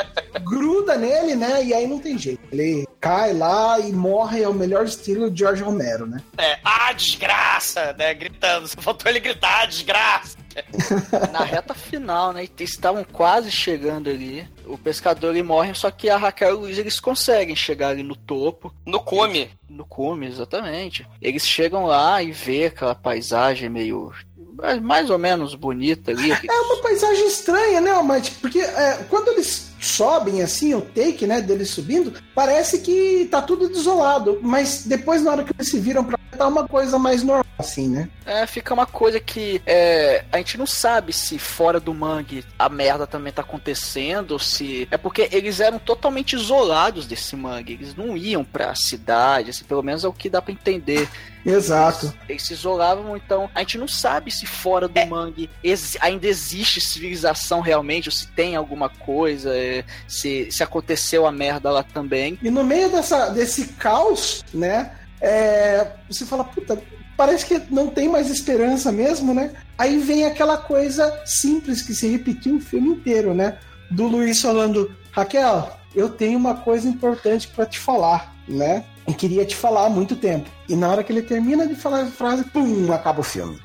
gruda nele, né? E aí não tem jeito. Ele cai lá e morre ao melhor estilo de George Romero, né? Desgraça, né? Gritando. Faltou ele gritar, desgraça. Na reta final, né? Eles estavam quase chegando ali. O pescador ele morre, só que a Raquel e o Luiz eles conseguem chegar ali no topo. No cume. No cume, exatamente. Eles chegam lá e vê aquela paisagem meio... mais ou menos bonita ali. É uma paisagem estranha, né, Almighty? Porque quando eles sobem assim, o take, né, deles subindo, parece que tá tudo desolado. Mas depois, na hora que eles se viram pra cá, tá uma coisa mais normal, assim, né? Fica uma coisa que a gente não sabe se fora do mangue a merda também tá acontecendo, ou se... É porque eles eram totalmente isolados desse mangue. Eles não iam pra cidade, assim, pelo menos é o que dá pra entender. Exato. Eles se isolavam, então a gente não sabe se fora do mangue ainda existe civilização realmente, ou se tem alguma coisa, se aconteceu a merda lá também. E no meio desse caos, né, você fala, puta, parece que não tem mais esperança mesmo, né? Aí vem aquela coisa simples que se repetiu o filme inteiro, né? Do Luiz falando, Raquel, eu tenho uma coisa importante pra te falar, né? Eu queria te falar há muito tempo. E na hora que ele termina de falar a frase, pum, acaba o filme.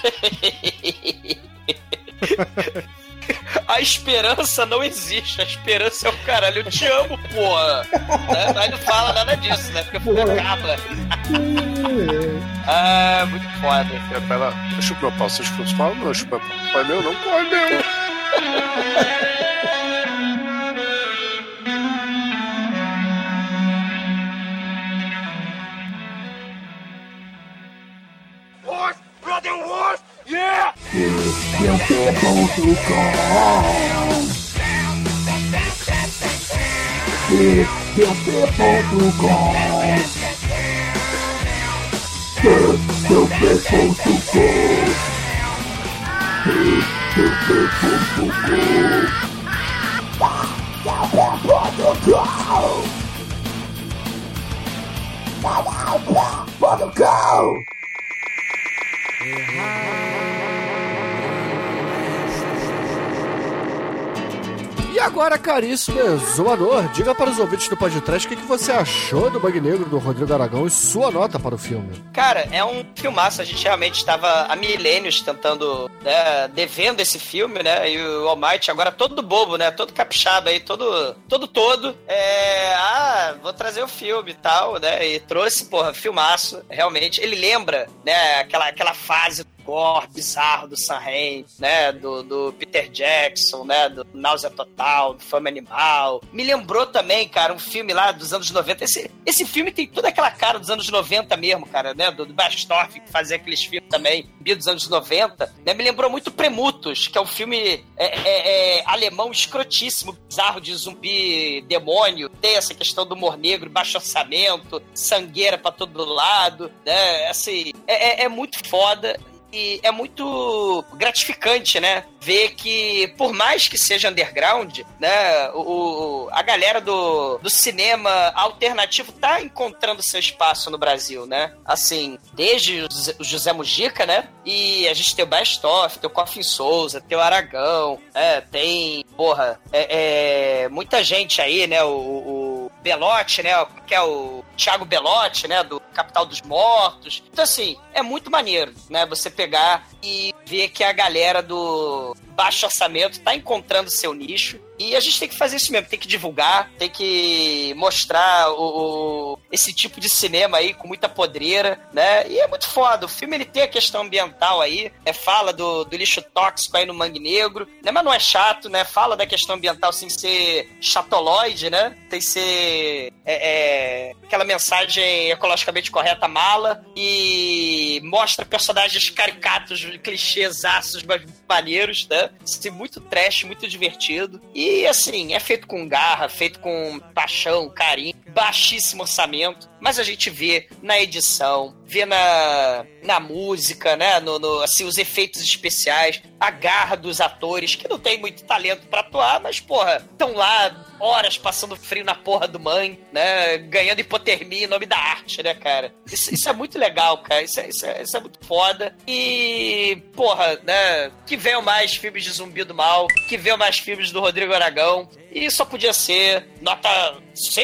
A esperança não existe. A esperança é o caralho. Eu te amo, porra. Né? Aí não fala nada disso, né? Porque o filme acaba. Muito foda. Eu chupo meu pau. Você chupa o pau? Não, eu chupo meu pau. Pai meu, não pode, meu. Yeah! E agora, caríssimo exumador, diga para os ouvintes do podcast o que você achou do Mangue Negro do Rodrigo Aragão e sua nota para o filme. Cara, é um filmaço. A gente realmente estava há milênios tentando, né, devendo esse filme, né? E o Almighty agora todo bobo, né? Todo caprichado aí, todo. Vou trazer o filme e tal, né? E trouxe, porra, filmaço. Realmente, ele lembra, né? Aquela fase gore bizarro do Sam Raimi, né, do Peter Jackson, né, do Náusea Total, do Fome Animal. Me lembrou também, cara, um filme lá dos anos 90. Esse filme tem toda aquela cara dos anos 90 mesmo, cara, né, do Bastorff, que fazia aqueles filmes também, dos anos 90, né, me lembrou muito Premutus, que é um filme alemão escrotíssimo, bizarro de zumbi demônio, tem essa questão do humor negro, baixo orçamento, sangueira pra todo lado, né, assim, é muito foda. E é muito gratificante, né? Ver que, por mais que seja underground, né? A galera do cinema alternativo tá encontrando seu espaço no Brasil, né? Assim, desde o José Mujica, né? E a gente tem o Bastorff, tem o Coffin Souza, tem o Aragão, tem, porra, muita gente aí, né? O Belotti, né? Que é o Thiago Belotti, né? Do Capital dos Mortos. Então, assim, é muito maneiro, né? Você pegar e ver que a galera do baixo orçamento tá encontrando seu nicho. E a gente tem que fazer isso mesmo, tem que divulgar, tem que mostrar esse tipo de cinema aí com muita podreira, né? E é muito foda. O filme, ele tem a questão ambiental aí, fala do lixo tóxico aí no Mangue Negro, né? Mas não é chato, né? Fala da questão ambiental sem ser chatoloide, né? Tem que ser aquela mensagem ecologicamente correta, mala, e mostra personagens caricatos, clichêsaços, mas maneiros, né? Assim, muito trash, muito divertido. E, assim, é feito com garra, feito com paixão, carinho, baixíssimo orçamento, mas a gente vê na edição, vê na música, né? Assim, os efeitos especiais, a garra dos atores, que não tem muito talento pra atuar, mas, porra, estão lá horas passando frio na porra do mangue, né? Ganhando hipotermia hipotermia em nome da arte, né, cara? Isso é muito legal, cara. Isso é muito foda. E, porra, né? Que venham mais filmes de Zumbi do Mal, que venham mais filmes do Rodrigo Aragão. E só podia ser nota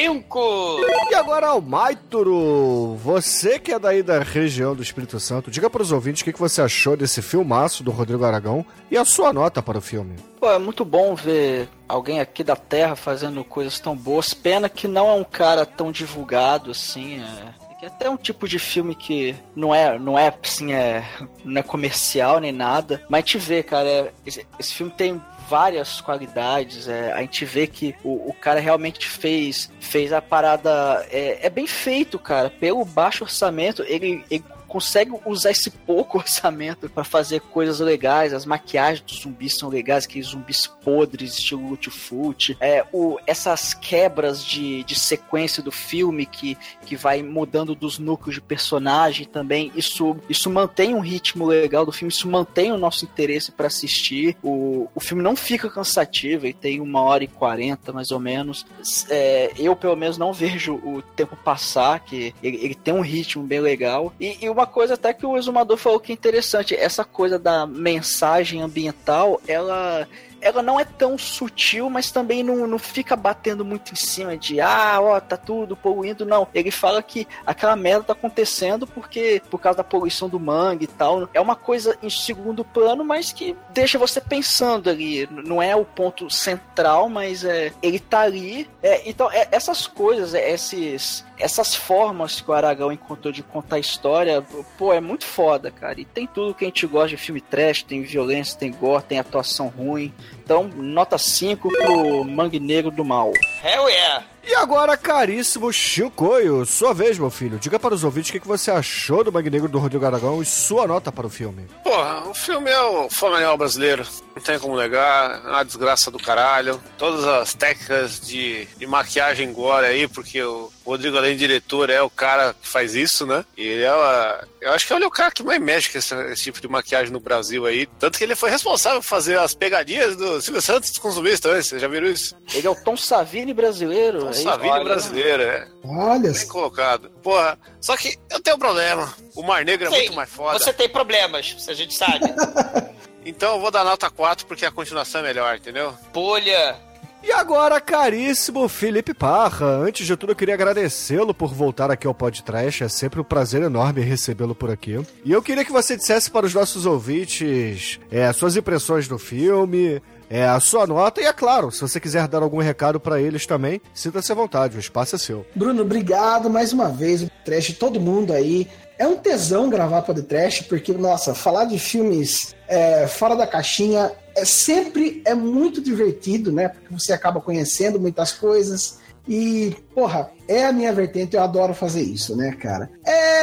5. E agora, Almaituro, você que é daí da região do Espírito Santo, diga para os ouvintes o que você achou desse filmaço do Rodrigo Aragão e a sua nota para o filme. Pô, é muito bom ver alguém aqui da terra fazendo coisas tão boas. Pena que não é um cara tão divulgado assim, que é até um tipo de filme que não é assim, não é comercial nem nada. Mas a gente vê, cara, esse filme tem várias qualidades, a gente vê que o cara realmente fez a parada, é bem feito, cara, pelo baixo orçamento, ele consegue usar esse pouco orçamento pra fazer coisas legais. As maquiagens dos zumbis são legais, aqueles zumbis podres, estilo Lutfoot. Essas quebras de sequência do filme que vai mudando dos núcleos de personagem também. Isso mantém um ritmo legal do filme, isso mantém o nosso interesse pra assistir. O filme não fica cansativo, ele tem 1h40 mais ou menos. Eu, pelo menos, não vejo o tempo passar, que ele tem um ritmo bem legal. E uma coisa até que o Exumador falou que é interessante, essa coisa da mensagem ambiental, ela não é tão sutil, mas também não fica batendo muito em cima de tá tudo poluindo, não. Ele fala que aquela merda tá acontecendo por causa da poluição do mangue e tal. É uma coisa em segundo plano, mas que deixa você pensando ali. Não é o ponto central, mas ele tá ali. Então, essas coisas, essas formas que o Aragão encontrou de contar a história, pô, é muito foda, cara. E tem tudo que a gente gosta de filme trash, tem violência, tem gore, tem atuação ruim. Então, nota 5 pro Mangue Negro do Mal. Hell yeah! E agora, caríssimo Chicoio, sua vez, meu filho. Diga para os ouvintes o que você achou do Mangue Negro do Rodrigo Aragão e sua nota para o filme. Porra, o filme é o Famalicão brasileiro. Não tem como negar. É uma desgraça do caralho. Todas as técnicas de maquiagem gore aí, porque o Rodrigo, além de diretor, é o cara que faz isso, né? E ele eu acho que ele é o cara que mais mexe com esse tipo de maquiagem no Brasil aí. Tanto que ele foi responsável por fazer as pegadinhas do Silvio Santos com zumbis também. Vocês já viram isso? Ele é o Tom Savini brasileiro. Tom Savini brasileiro, Olha. Bem colocado. Porra, só que eu tenho um problema. O Mar Negro é muito mais foda. Você tem problemas, a gente sabe. Então eu vou dar nota 4 porque a continuação é melhor, entendeu? Polha. E agora, caríssimo Felipe Parra, antes de tudo eu queria agradecê-lo por voltar aqui ao podcast, é sempre um prazer enorme recebê-lo por aqui. E eu queria que você dissesse para os nossos ouvintes suas impressões do filme, a sua nota e, é claro, se você quiser dar algum recado para eles também, sinta-se à vontade, o espaço é seu. Bruno, obrigado mais uma vez, o trash, todo mundo aí. É um tesão gravar podcast, porque, nossa, falar de filmes fora da caixinha sempre é muito divertido, né? Porque você acaba conhecendo muitas coisas e, porra, é a minha vertente, eu adoro fazer isso, né, cara?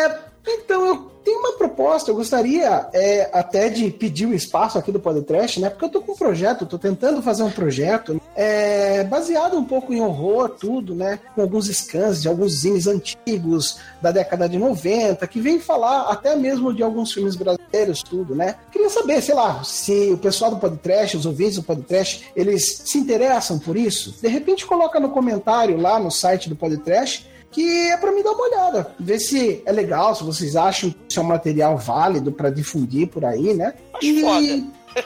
Então, eu tenho uma proposta, eu gostaria até de pedir o espaço aqui do podcast, né? Porque eu tô com um projeto, tô tentando fazer um projeto baseado um pouco em horror, tudo, né? Com alguns scans de alguns zines antigos da década de 90, que vem falar até mesmo de alguns filmes brasileiros, tudo, né? Queria saber, sei lá, se o pessoal do podcast, os ouvintes do podcast, eles se interessam por isso. De repente coloca no comentário lá no site do podcast, que é pra mim dar uma olhada, ver se é legal, se vocês acham que isso é um material válido pra difundir por aí, né? Acho foda.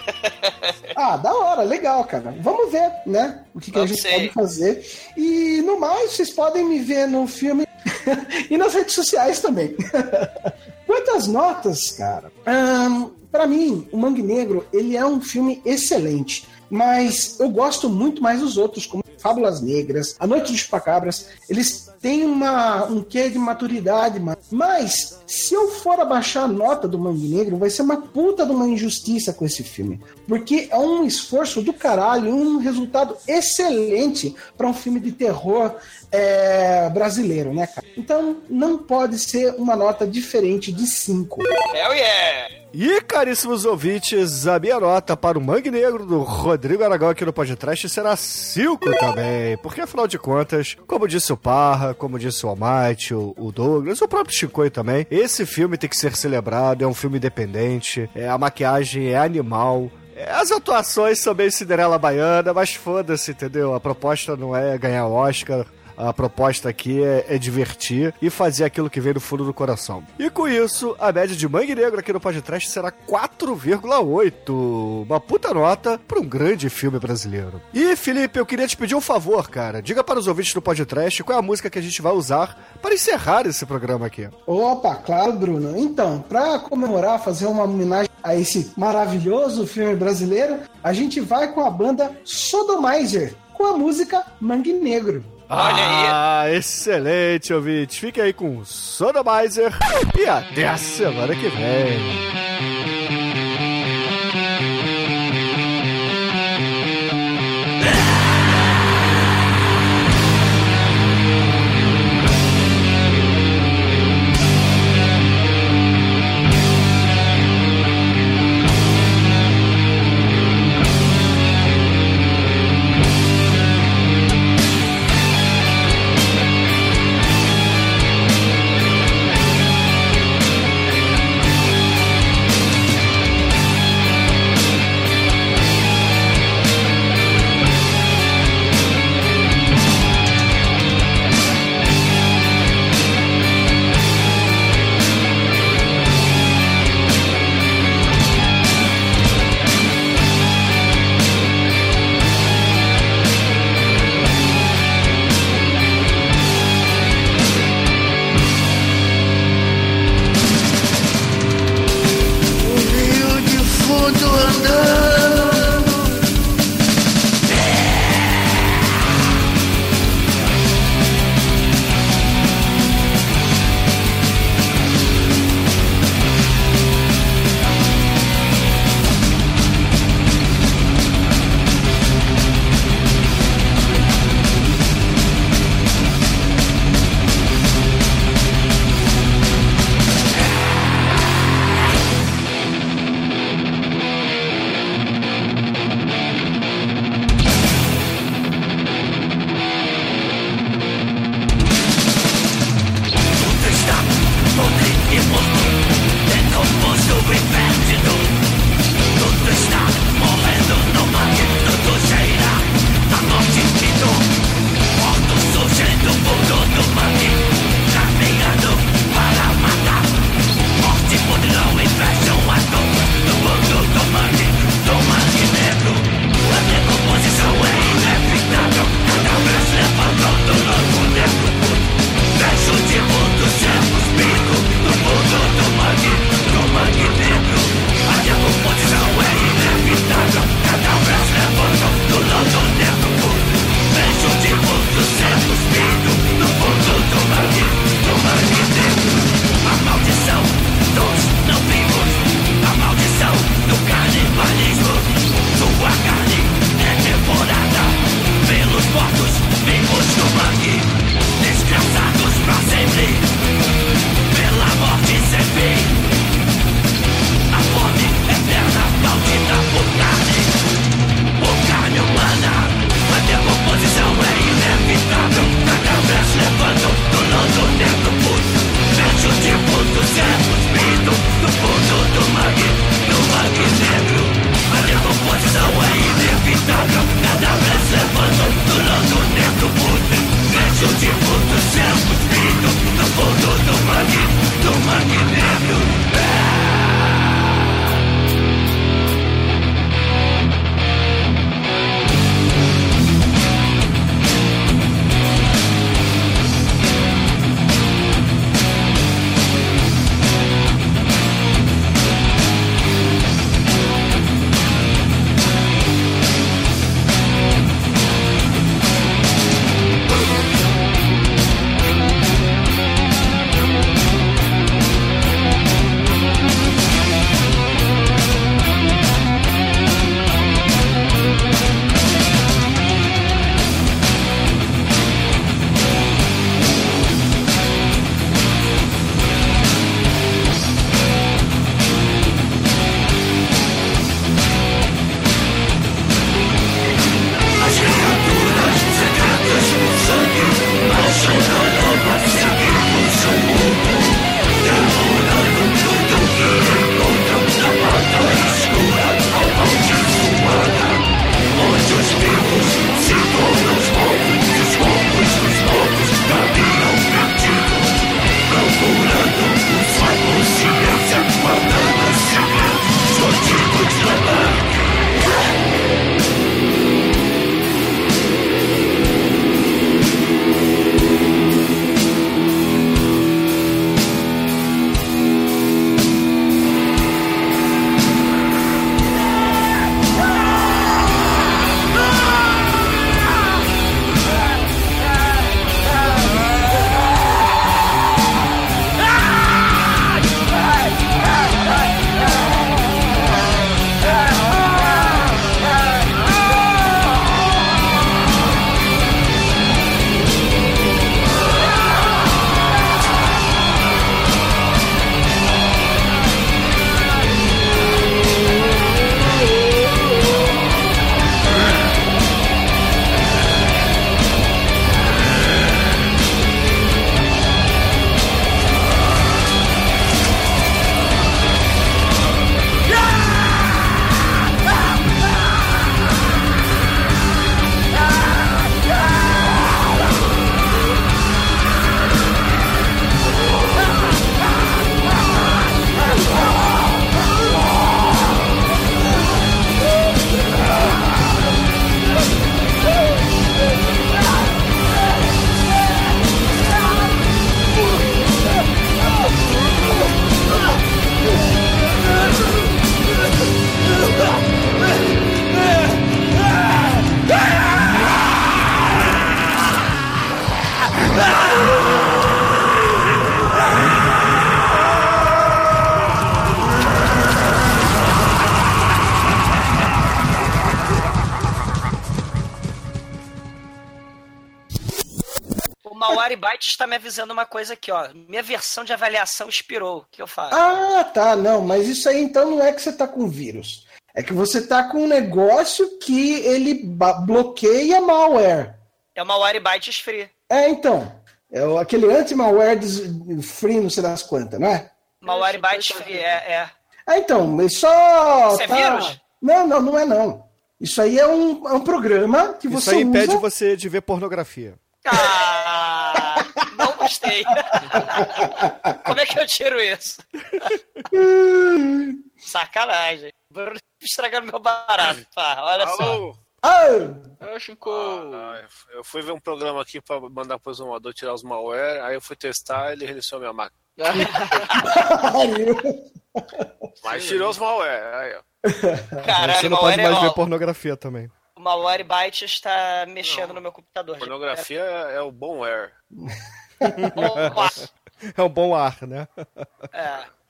Da hora, legal, cara. Vamos ver, né? O que a gente pode fazer. E no mais, vocês podem me ver no filme e nas redes sociais também. Quantas notas, cara? Pra mim, o Mangue Negro, ele é um filme excelente. Mas eu gosto muito mais dos outros, como Fábulas Negras, A Noite dos Chupacabras. Eles têm um quê de maturidade, mano. Mas, se eu for abaixar a nota do Mangue Negro, vai ser uma puta de uma injustiça com esse filme. Porque é um esforço do caralho, um resultado excelente para um filme de terror brasileiro, né, cara? Então, não pode ser uma nota diferente de 5. Hell yeah! E, caríssimos ouvintes, a minha nota para o Mangue Negro do Rodrigo Aragão aqui no podcast será 5 também, porque afinal de contas, como disse o Parra, como disse o Almighty, o Douglas, o próprio Chicoio também, esse filme tem que ser celebrado, é um filme independente, a maquiagem é animal, as atuações são meio Cinderela Baiana, mas foda-se, entendeu? A proposta não é ganhar Oscar. A proposta aqui é divertir e fazer aquilo que vem do fundo do coração. E com isso, a média de Mangue Negro aqui no podcast será 4,8. Uma puta nota para um grande filme brasileiro. E, Felipe, eu queria te pedir um favor, cara. Diga para os ouvintes do podcast qual é a música que a gente vai usar para encerrar esse programa aqui. Opa, claro, Bruno. Então, para comemorar, fazer uma homenagem a esse maravilhoso filme brasileiro, a gente vai com a banda Sodomizer, com a música Mangue Negro. Olha aí. Ah, excelente, ouvinte. Fique aí com Sodomizer e até a semana que vem. tá me avisando uma coisa aqui, ó. Minha versão de avaliação expirou. O que eu faço? Ah, tá, não, mas isso aí então não é que você tá com vírus. É que você tá com um negócio que ele bloqueia malware. É uma Malwarebytes free. Então. É aquele anti-malware free, não sei das quantas, não é? Malwarebytes free, é. Então, mas só... Isso é vírus? Não é não. Isso aí é um programa que você usa... Isso aí impede você de ver pornografia. Não gostei. Como é que eu tiro isso? Sacanagem. Bruno estragando meu barato. Pá, olha só. Eu fui ver um programa aqui pra mandar pro exumador tirar os malware, aí eu fui testar, ele reiniciou minha máquina. Mas tirou os malware, aí ó. Caralho, você não pode mais ver pornografia também. O Malwarebytes está mexendo no meu computador. Pornografia é o bom air. É um bom ar, né? É.